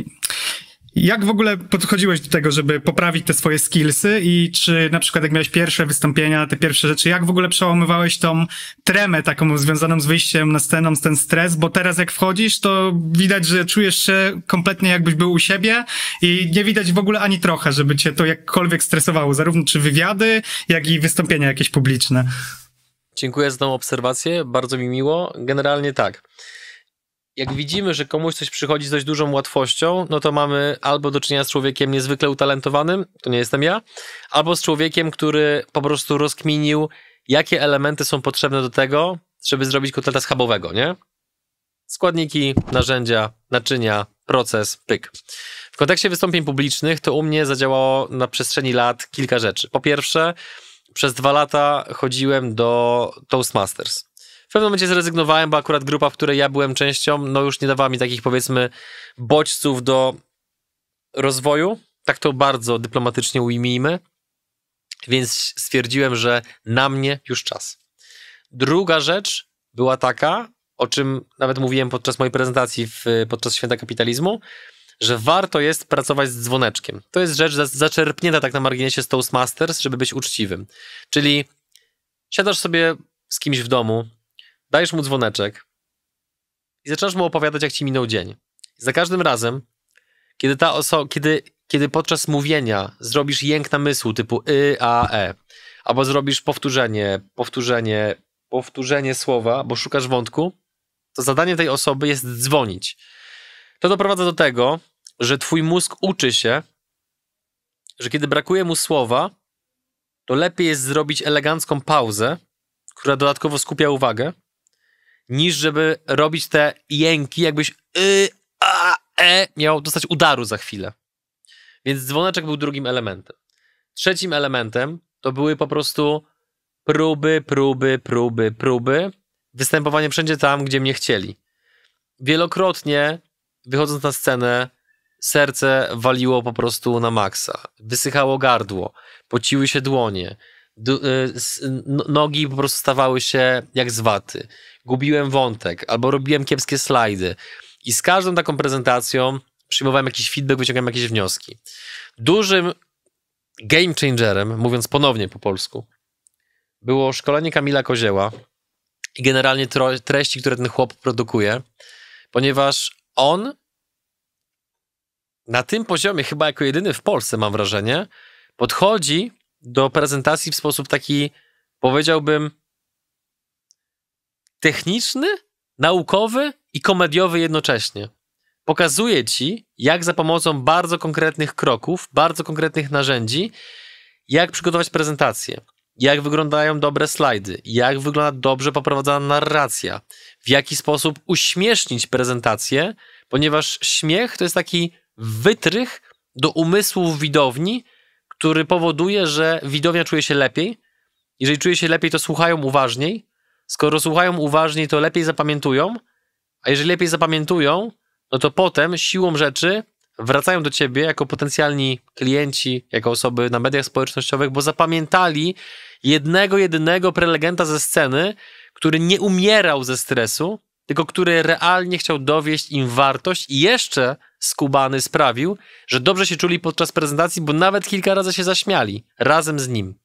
Jak w ogóle podchodziłeś do tego, żeby poprawić te swoje skillsy i czy na przykład jak miałeś pierwsze wystąpienia, te pierwsze rzeczy, jak w ogóle przełamywałeś tą tremę taką związaną z wyjściem na scenę, ten stres, bo teraz jak wchodzisz, to widać, że czujesz się kompletnie jakbyś był u siebie i nie widać w ogóle ani trochę, żeby cię to jakkolwiek stresowało, zarówno czy wywiady, jak i wystąpienia jakieś publiczne. Dziękuję za tą obserwację, bardzo mi miło. Generalnie tak. Jak widzimy, że komuś coś przychodzi z dość dużą łatwością, no to mamy albo do czynienia z człowiekiem niezwykle utalentowanym, to nie jestem ja, albo z człowiekiem, który po prostu rozkminił, jakie elementy są potrzebne do tego, żeby zrobić kotleta schabowego, nie? Składniki, narzędzia, naczynia, proces, pyk. W kontekście wystąpień publicznych to u mnie zadziałało na przestrzeni lat kilka rzeczy. Po pierwsze, przez dwa lata chodziłem do Toastmasters. W pewnym momencie zrezygnowałem, bo akurat grupa, w której ja byłem częścią, no już nie dawała mi takich, powiedzmy, bodźców do rozwoju. Tak to bardzo dyplomatycznie ujmijmy. Więc stwierdziłem, że na mnie już czas. Druga rzecz była taka, o czym nawet mówiłem podczas mojej prezentacji w, podczas Święta Kapitalizmu, że warto jest pracować z dzwoneczkiem. To jest rzecz zaczerpnięta tak na marginesie z Toastmasters, żeby być uczciwym. Czyli siadasz sobie z kimś w domu, dajesz mu dzwoneczek i zaczynasz mu opowiadać, jak ci minął dzień. I za każdym razem, kiedy ta osoba, kiedy, kiedy podczas mówienia zrobisz jęk namysłu typu y, a, e, albo zrobisz powtórzenie, powtórzenie, powtórzenie słowa, bo szukasz wątku, to zadanie tej osoby jest dzwonić. To doprowadza do tego, że twój mózg uczy się, że kiedy brakuje mu słowa, to lepiej jest zrobić elegancką pauzę, która dodatkowo skupia uwagę, niż żeby robić te jęki, jakbyś y, a, e, miał dostać udaru za chwilę. Więc dzwoneczek był drugim elementem. Trzecim elementem to były po prostu próby, próby, próby, próby, występowanie wszędzie tam, gdzie mnie chcieli. Wielokrotnie, wychodząc na scenę, serce waliło po prostu na maksa. Wysychało gardło, pociły się dłonie, nogi po prostu stawały się jak z waty. Gubiłem wątek, albo robiłem kiepskie slajdy. I z każdą taką prezentacją przyjmowałem jakiś feedback, wyciągałem jakieś wnioski. Dużym game changerem, mówiąc ponownie po polsku, było szkolenie Kamila Kozieła i generalnie treści, które ten chłop produkuje, ponieważ on na tym poziomie, chyba jako jedyny w Polsce, mam wrażenie, podchodzi do prezentacji w sposób taki, powiedziałbym, techniczny, naukowy i komediowy jednocześnie. Pokazuje ci, jak za pomocą bardzo konkretnych kroków, bardzo konkretnych narzędzi, jak przygotować prezentację, jak wyglądają dobre slajdy, jak wygląda dobrze poprowadzona narracja, w jaki sposób uśmiesznić prezentację, ponieważ śmiech to jest taki wytrych do umysłów widowni, który powoduje, że widownia czuje się lepiej. Jeżeli czuje się lepiej, to słuchają uważniej. Skoro słuchają uważniej, to lepiej zapamiętują, a jeżeli lepiej zapamiętują, no to potem siłą rzeczy wracają do ciebie jako potencjalni klienci, jako osoby na mediach społecznościowych, bo zapamiętali jednego, jedynego prelegenta ze sceny, który nie umierał ze stresu, tylko który realnie chciał dowieść im wartość i jeszcze skubany sprawił, że dobrze się czuli podczas prezentacji, bo nawet kilka razy się zaśmiali razem z nim.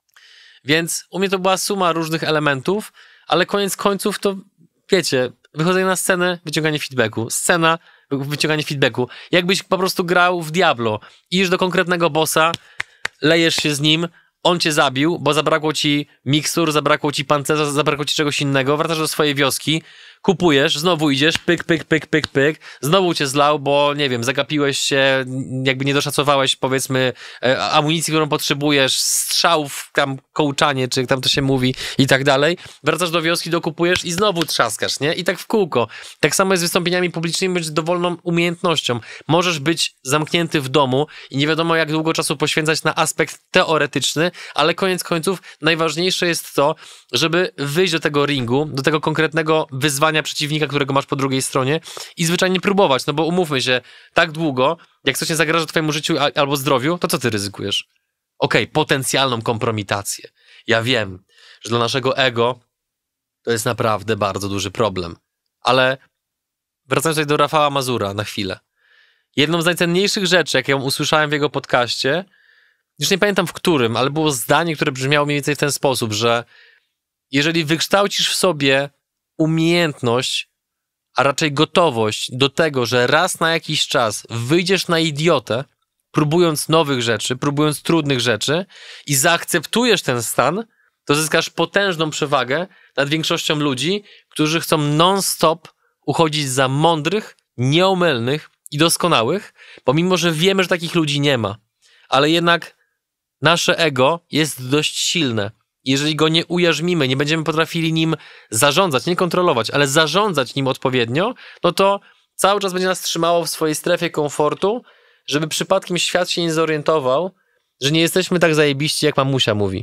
Więc u mnie to była suma różnych elementów, ale koniec końców to, wiecie, wychodzenie na scenę, wyciąganie feedbacku, scena, wyciąganie feedbacku. Jakbyś po prostu grał w Diablo, idziesz do konkretnego bossa, lejesz się z nim, on cię zabił, bo zabrakło ci mikstur, zabrakło ci pancerza, zabrakło ci czegoś innego, wracasz do swojej wioski, kupujesz, znowu idziesz, pyk, pyk, pyk, pyk, pyk, znowu cię zlał, bo nie wiem, zagapiłeś się, jakby nie doszacowałeś, powiedzmy, amunicji, którą potrzebujesz, strzałów, tam kołczanie, czy jak tam to się mówi i tak dalej. Wracasz do wioski, dokupujesz i znowu trzaskasz, nie? I tak w kółko. Tak samo jest z wystąpieniami publicznymi, być dowolną umiejętnością. Możesz być zamknięty w domu i nie wiadomo, jak długo czasu poświęcać na aspekt teoretyczny, ale koniec końców najważniejsze jest to, żeby wyjść do tego ringu, do tego konkretnego wyzwania przeciwnika, którego masz po drugiej stronie i zwyczajnie próbować, no bo umówmy się, tak długo, jak coś nie zagraża twojemu życiu albo zdrowiu, to co ty ryzykujesz? Okej, okay, potencjalną kompromitację. Ja wiem, że dla naszego ego to jest naprawdę bardzo duży problem. Ale wracając tutaj do Rafała Mazura na chwilę. Jedną z najcenniejszych rzeczy, jaką usłyszałem w jego podcaście, już nie pamiętam w którym, ale było zdanie, które brzmiało mniej więcej w ten sposób, że jeżeli wykształcisz w sobie umiejętność, a raczej gotowość do tego, że raz na jakiś czas wyjdziesz na idiotę, próbując nowych rzeczy, próbując trudnych rzeczy i zaakceptujesz ten stan, to zyskasz potężną przewagę nad większością ludzi, którzy chcą non-stop uchodzić za mądrych, nieomylnych i doskonałych, pomimo że wiemy, że takich ludzi nie ma. Ale jednak nasze ego jest dość silne. Jeżeli go nie ujarzmimy, nie będziemy potrafili nim zarządzać, nie kontrolować, ale zarządzać nim odpowiednio, no to cały czas będzie nas trzymało w swojej strefie komfortu, żeby przypadkiem świat się nie zorientował, że nie jesteśmy tak zajebiści, jak mamusia mówi.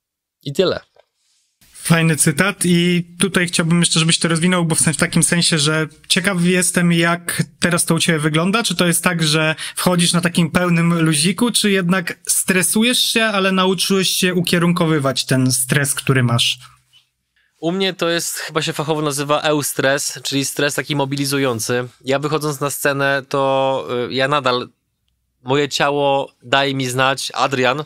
I tyle. Fajny cytat i tutaj chciałbym jeszcze, żebyś to rozwinął, bo w, w takim sensie, że ciekaw jestem, jak teraz to u ciebie wygląda. Czy to jest tak, że wchodzisz na takim pełnym luziku, czy jednak stresujesz się, ale nauczyłeś się ukierunkowywać ten stres, który masz? U mnie to jest, chyba się fachowo nazywa eustres, czyli stres taki mobilizujący. Ja wychodząc na scenę, to y, ja nadal, moje ciało daje mi znać, Adrian,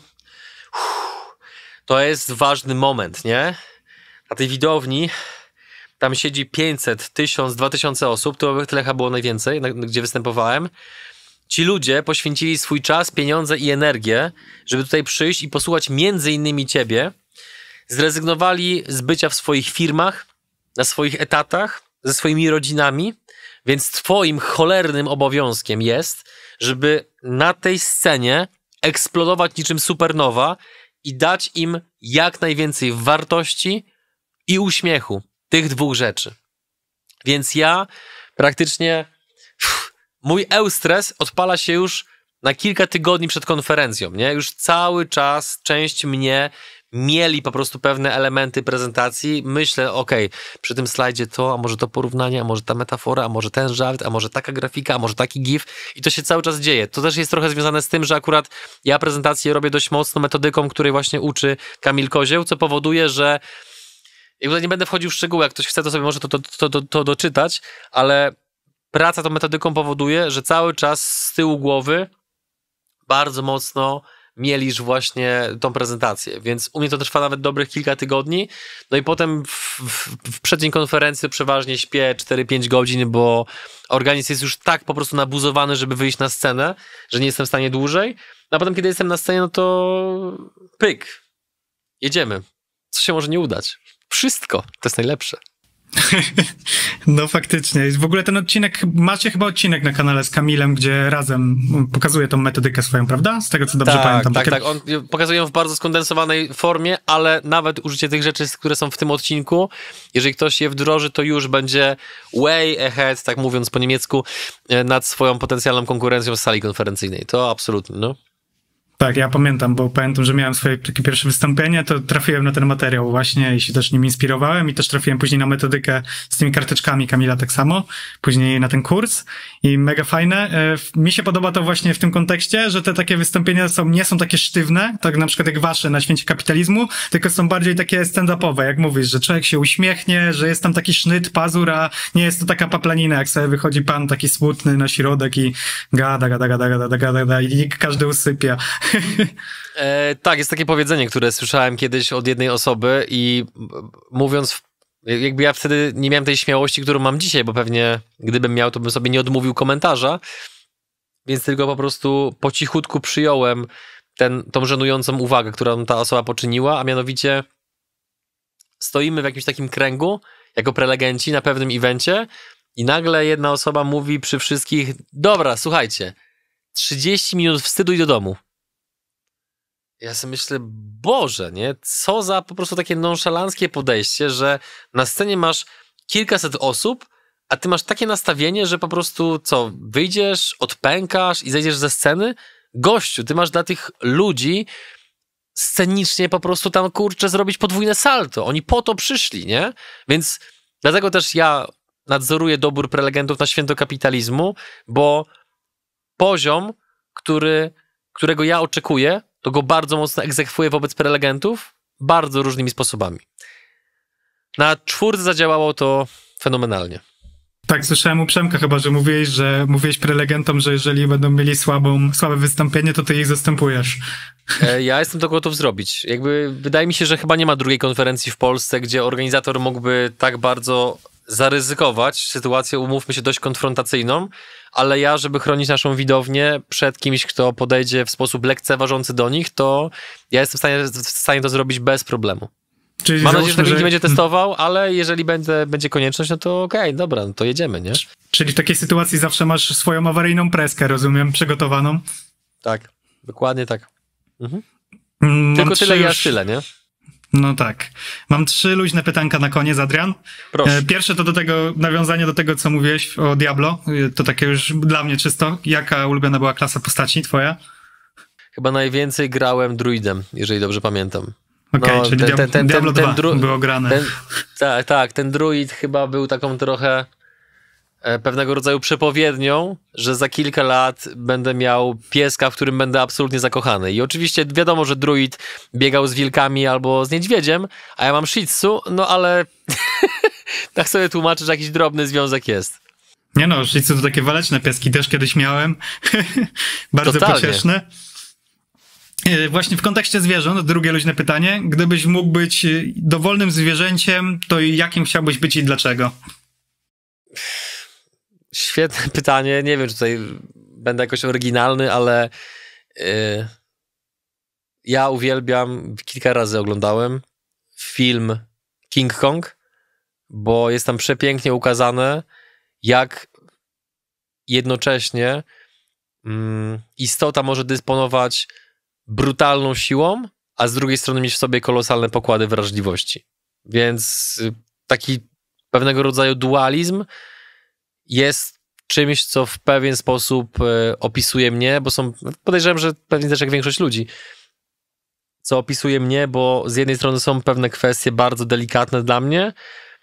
uff, to jest ważny moment, nie? Na tej widowni tam siedzi pięćset, tysiąc, dwa tysiące osób, to tyle chyba było najwięcej, na, gdzie występowałem. Ci ludzie poświęcili swój czas, pieniądze i energię, żeby tutaj przyjść i posłuchać między innymi ciebie, zrezygnowali z bycia w swoich firmach, na swoich etatach, ze swoimi rodzinami, więc twoim cholernym obowiązkiem jest, żeby na tej scenie eksplodować niczym supernowa i dać im jak najwięcej wartości i uśmiechu. Tych dwóch rzeczy. Więc ja praktycznie uff, mój eustres odpala się już na kilka tygodni przed konferencją, nie? Już cały czas część mnie mieli po prostu pewne elementy prezentacji. Myślę, okej, okay, przy tym slajdzie to, a może to porównanie, a może ta metafora, a może ten żart, a może taka grafika, a może taki gif. I to się cały czas dzieje. To też jest trochę związane z tym, że akurat ja prezentację robię dość mocno metodyką, której właśnie uczy Kamil Kozieł, co powoduje, że ja tutaj nie będę wchodził w szczegóły, jak ktoś chce, to sobie może to, to, to, to, to doczytać, ale praca tą metodyką powoduje, że cały czas z tyłu głowy bardzo mocno mielisz właśnie tą prezentację, więc u mnie to trwa nawet dobrych kilka tygodni, no i potem w, w, w przeddzień konferencji przeważnie śpię cztery pięć godzin, bo organizm jest już tak po prostu nabuzowany, żeby wyjść na scenę, że nie jestem w stanie dłużej, a potem kiedy jestem na scenie, no to pyk, jedziemy. Co się może nie udać? Wszystko. To jest najlepsze. No faktycznie. W ogóle ten odcinek, macie chyba odcinek na kanale z Kamilem, gdzie razem pokazuje tą metodykę swoją, prawda? Z tego, co dobrze tak, pamiętam. Tak, Takie... tak. On pokazuje ją w bardzo skondensowanej formie, ale nawet użycie tych rzeczy, które są w tym odcinku, jeżeli ktoś je wdroży, to już będzie way ahead, tak mówiąc po niemiecku, nad swoją potencjalną konkurencją z sali konferencyjnej. To absolutnie, no. Tak, ja pamiętam, bo pamiętam, że miałem swoje takie pierwsze wystąpienie, to trafiłem na ten materiał właśnie i się też nim inspirowałem i też trafiłem później na metodykę z tymi karteczkami Kamila tak samo, później na ten kurs i mega fajne. Mi się podoba to właśnie w tym kontekście, że te takie wystąpienia są, nie są takie sztywne, tak na przykład jak wasze na Święcie Kapitalizmu, tylko są bardziej takie stand-upowe, jak mówisz, że człowiek się uśmiechnie, że jest tam taki sznyt, pazur, a nie jest to taka paplanina, jak sobie wychodzi pan taki smutny na środek i gada, gada, gada, gada, gada, gada i każdy usypia. E, tak, jest takie powiedzenie, które słyszałem kiedyś od jednej osoby i mówiąc, jakby ja wtedy nie miałem tej śmiałości, którą mam dzisiaj, bo pewnie gdybym miał, to bym sobie nie odmówił komentarza, więc tylko po prostu po cichutku przyjąłem ten, tą żenującą uwagę, którą ta osoba poczyniła, a mianowicie stoimy w jakimś takim kręgu, jako prelegenci na pewnym evencie i nagle jedna osoba mówi przy wszystkich, dobra, słuchajcie, trzydzieści minut wstydu i do domu. Ja sobie myślę, Boże, nie? Co za po prostu takie nonszalanckie podejście, że na scenie masz kilkaset osób, a ty masz takie nastawienie, że po prostu co, wyjdziesz, odpękasz i zejdziesz ze sceny? Gościu, ty masz dla tych ludzi scenicznie po prostu tam, kurczę, zrobić podwójne salto. Oni po to przyszli, nie? Więc dlatego też ja nadzoruję dobór prelegentów na Święto Kapitalizmu, bo poziom, który, którego ja oczekuję, to go bardzo mocno egzekwuję wobec prelegentów bardzo różnymi sposobami. Na czwórce zadziałało to fenomenalnie. Tak, słyszałem u Przemka chyba, że mówiłeś, że mówiłeś prelegentom, że jeżeli będą mieli słabą, słabe wystąpienie, to ty ich zastępujesz. Ja jestem to gotów zrobić. Jakby wydaje mi się, że chyba nie ma drugiej konferencji w Polsce, gdzie organizator mógłby tak bardzo zaryzykować sytuację, umówmy się, dość konfrontacyjną, ale ja, żeby chronić naszą widownię przed kimś, kto podejdzie w sposób lekceważący do nich, to ja jestem w stanie, w stanie to zrobić bez problemu. Czyli mam nadzieję, że tego nikt nie będzie testował, ale jeżeli będzie, będzie konieczność, no to okej, okay, dobra, no to jedziemy, nie? Czyli w takiej sytuacji zawsze masz swoją awaryjną preskę, rozumiem, przygotowaną? Tak, dokładnie tak. Mhm. Mm, Tylko tyle i aż tyle, nie? No tak. Mam trzy luźne pytanka na koniec, Adrian. Proszę. Pierwsze to do tego, nawiązanie do tego, co mówiłeś o Diablo. To takie już dla mnie czysto. Jaka ulubiona była klasa postaci twoja? Chyba najwięcej grałem druidem, jeżeli dobrze pamiętam. Okej, okay, no, czyli ten, ten, ten, Diablo ten, ten dwa było grane. Ten, tak, tak, ten druid chyba był taką trochę e, pewnego rodzaju przepowiednią, że za kilka lat będę miał pieska, w którym będę absolutnie zakochany. I oczywiście wiadomo, że druid biegał z wilkami albo z niedźwiedziem, a ja mam shih tzu, no ale tak sobie tłumaczę, że jakiś drobny związek jest. Nie no, shih tzu to takie waleczne pieski, też kiedyś miałem. Bardzo Totalnie. Pocieszne. Właśnie w kontekście zwierząt, drugie luźne pytanie. Gdybyś mógł być dowolnym zwierzęciem, to jakim chciałbyś być i dlaczego? Świetne pytanie. Nie wiem, czy tutaj będę jakoś oryginalny, ale yy, ja uwielbiam, kilka razy oglądałem film King Kong, bo jest tam przepięknie ukazane, jak jednocześnie mm, istota może dysponować brutalną siłą, a z drugiej strony mieć w sobie kolosalne pokłady wrażliwości. Więc taki pewnego rodzaju dualizm jest czymś, co w pewien sposób opisuje mnie, bo są, podejrzewam, że pewnie też jak większość ludzi, co opisuje mnie, bo z jednej strony są pewne kwestie bardzo delikatne dla mnie,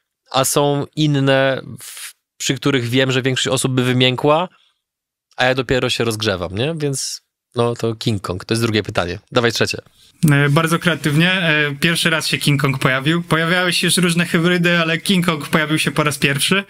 a są inne, w, przy których wiem, że większość osób by wymiękła, a ja dopiero się rozgrzewam, nie? Więc no to King Kong, to jest drugie pytanie. Dawaj trzecie. Bardzo kreatywnie. Pierwszy raz się King Kong pojawił. Pojawiały się już różne hybrydy, ale King Kong pojawił się po raz pierwszy.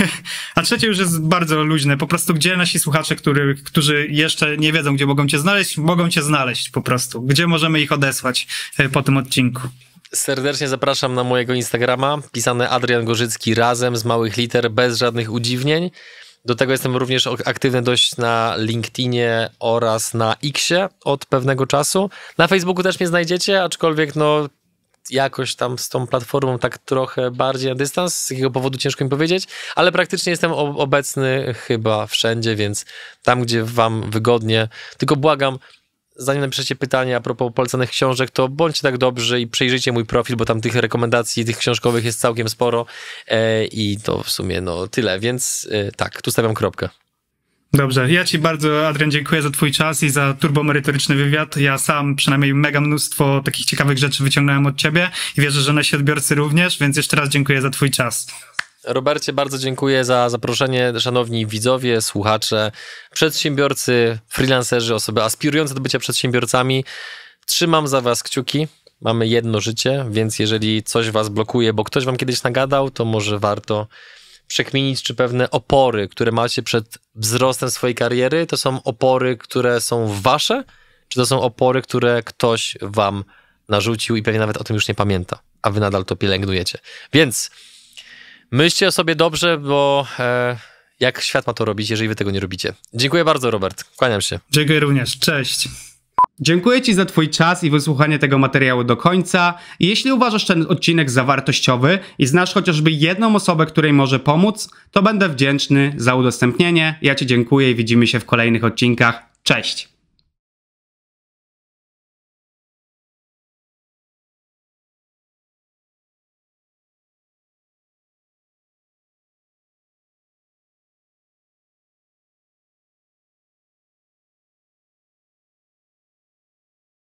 A trzecie już jest bardzo luźne. Po prostu gdzie nasi słuchacze, który, którzy jeszcze nie wiedzą, gdzie mogą cię znaleźć, mogą cię znaleźć po prostu. Gdzie możemy ich odesłać po tym odcinku? Serdecznie zapraszam na mojego Instagrama, pisane Adrian Gorzycki razem z małych liter, bez żadnych udziwnień. Do tego jestem również aktywny dość na LinkedInie oraz na Xie od pewnego czasu. Na Facebooku też mnie znajdziecie, aczkolwiek no jakoś tam z tą platformą tak trochę bardziej na dystans, z jakiego powodu ciężko mi powiedzieć, ale praktycznie jestem obecny chyba wszędzie, więc tam, gdzie wam wygodnie. Tylko błagam, zanim napiszecie pytanie a propos polecanych książek, to bądźcie tak dobrzy i przejrzyjcie mój profil, bo tam tych rekomendacji, tych książkowych jest całkiem sporo e, i to w sumie no tyle, więc e, tak, tu stawiam kropkę. Dobrze, ja ci bardzo, Adrian, dziękuję za twój czas i za turbomerytoryczny wywiad. Ja sam przynajmniej mega mnóstwo takich ciekawych rzeczy wyciągnąłem od ciebie i wierzę, że nasi odbiorcy również, więc jeszcze raz dziękuję za twój czas. Robercie, bardzo dziękuję za zaproszenie. Szanowni widzowie, słuchacze, przedsiębiorcy, freelancerzy, osoby aspirujące do bycia przedsiębiorcami. Trzymam za was kciuki. Mamy jedno życie, więc jeżeli coś was blokuje, bo ktoś wam kiedyś nagadał, to może warto przekminić, czy pewne opory, które macie przed wzrostem swojej kariery, to są opory, które są wasze, czy to są opory, które ktoś wam narzucił i pewnie nawet o tym już nie pamięta, a wy nadal to pielęgnujecie. Więc myślcie o sobie dobrze, bo e, jak świat ma to robić, jeżeli wy tego nie robicie. Dziękuję bardzo, Robert. Kłaniam się. Dziękuję również. Cześć. Dziękuję ci za twój czas i wysłuchanie tego materiału do końca. I jeśli uważasz ten odcinek za wartościowy i znasz chociażby jedną osobę, której może pomóc, to będę wdzięczny za udostępnienie. Ja ci dziękuję i widzimy się w kolejnych odcinkach. Cześć.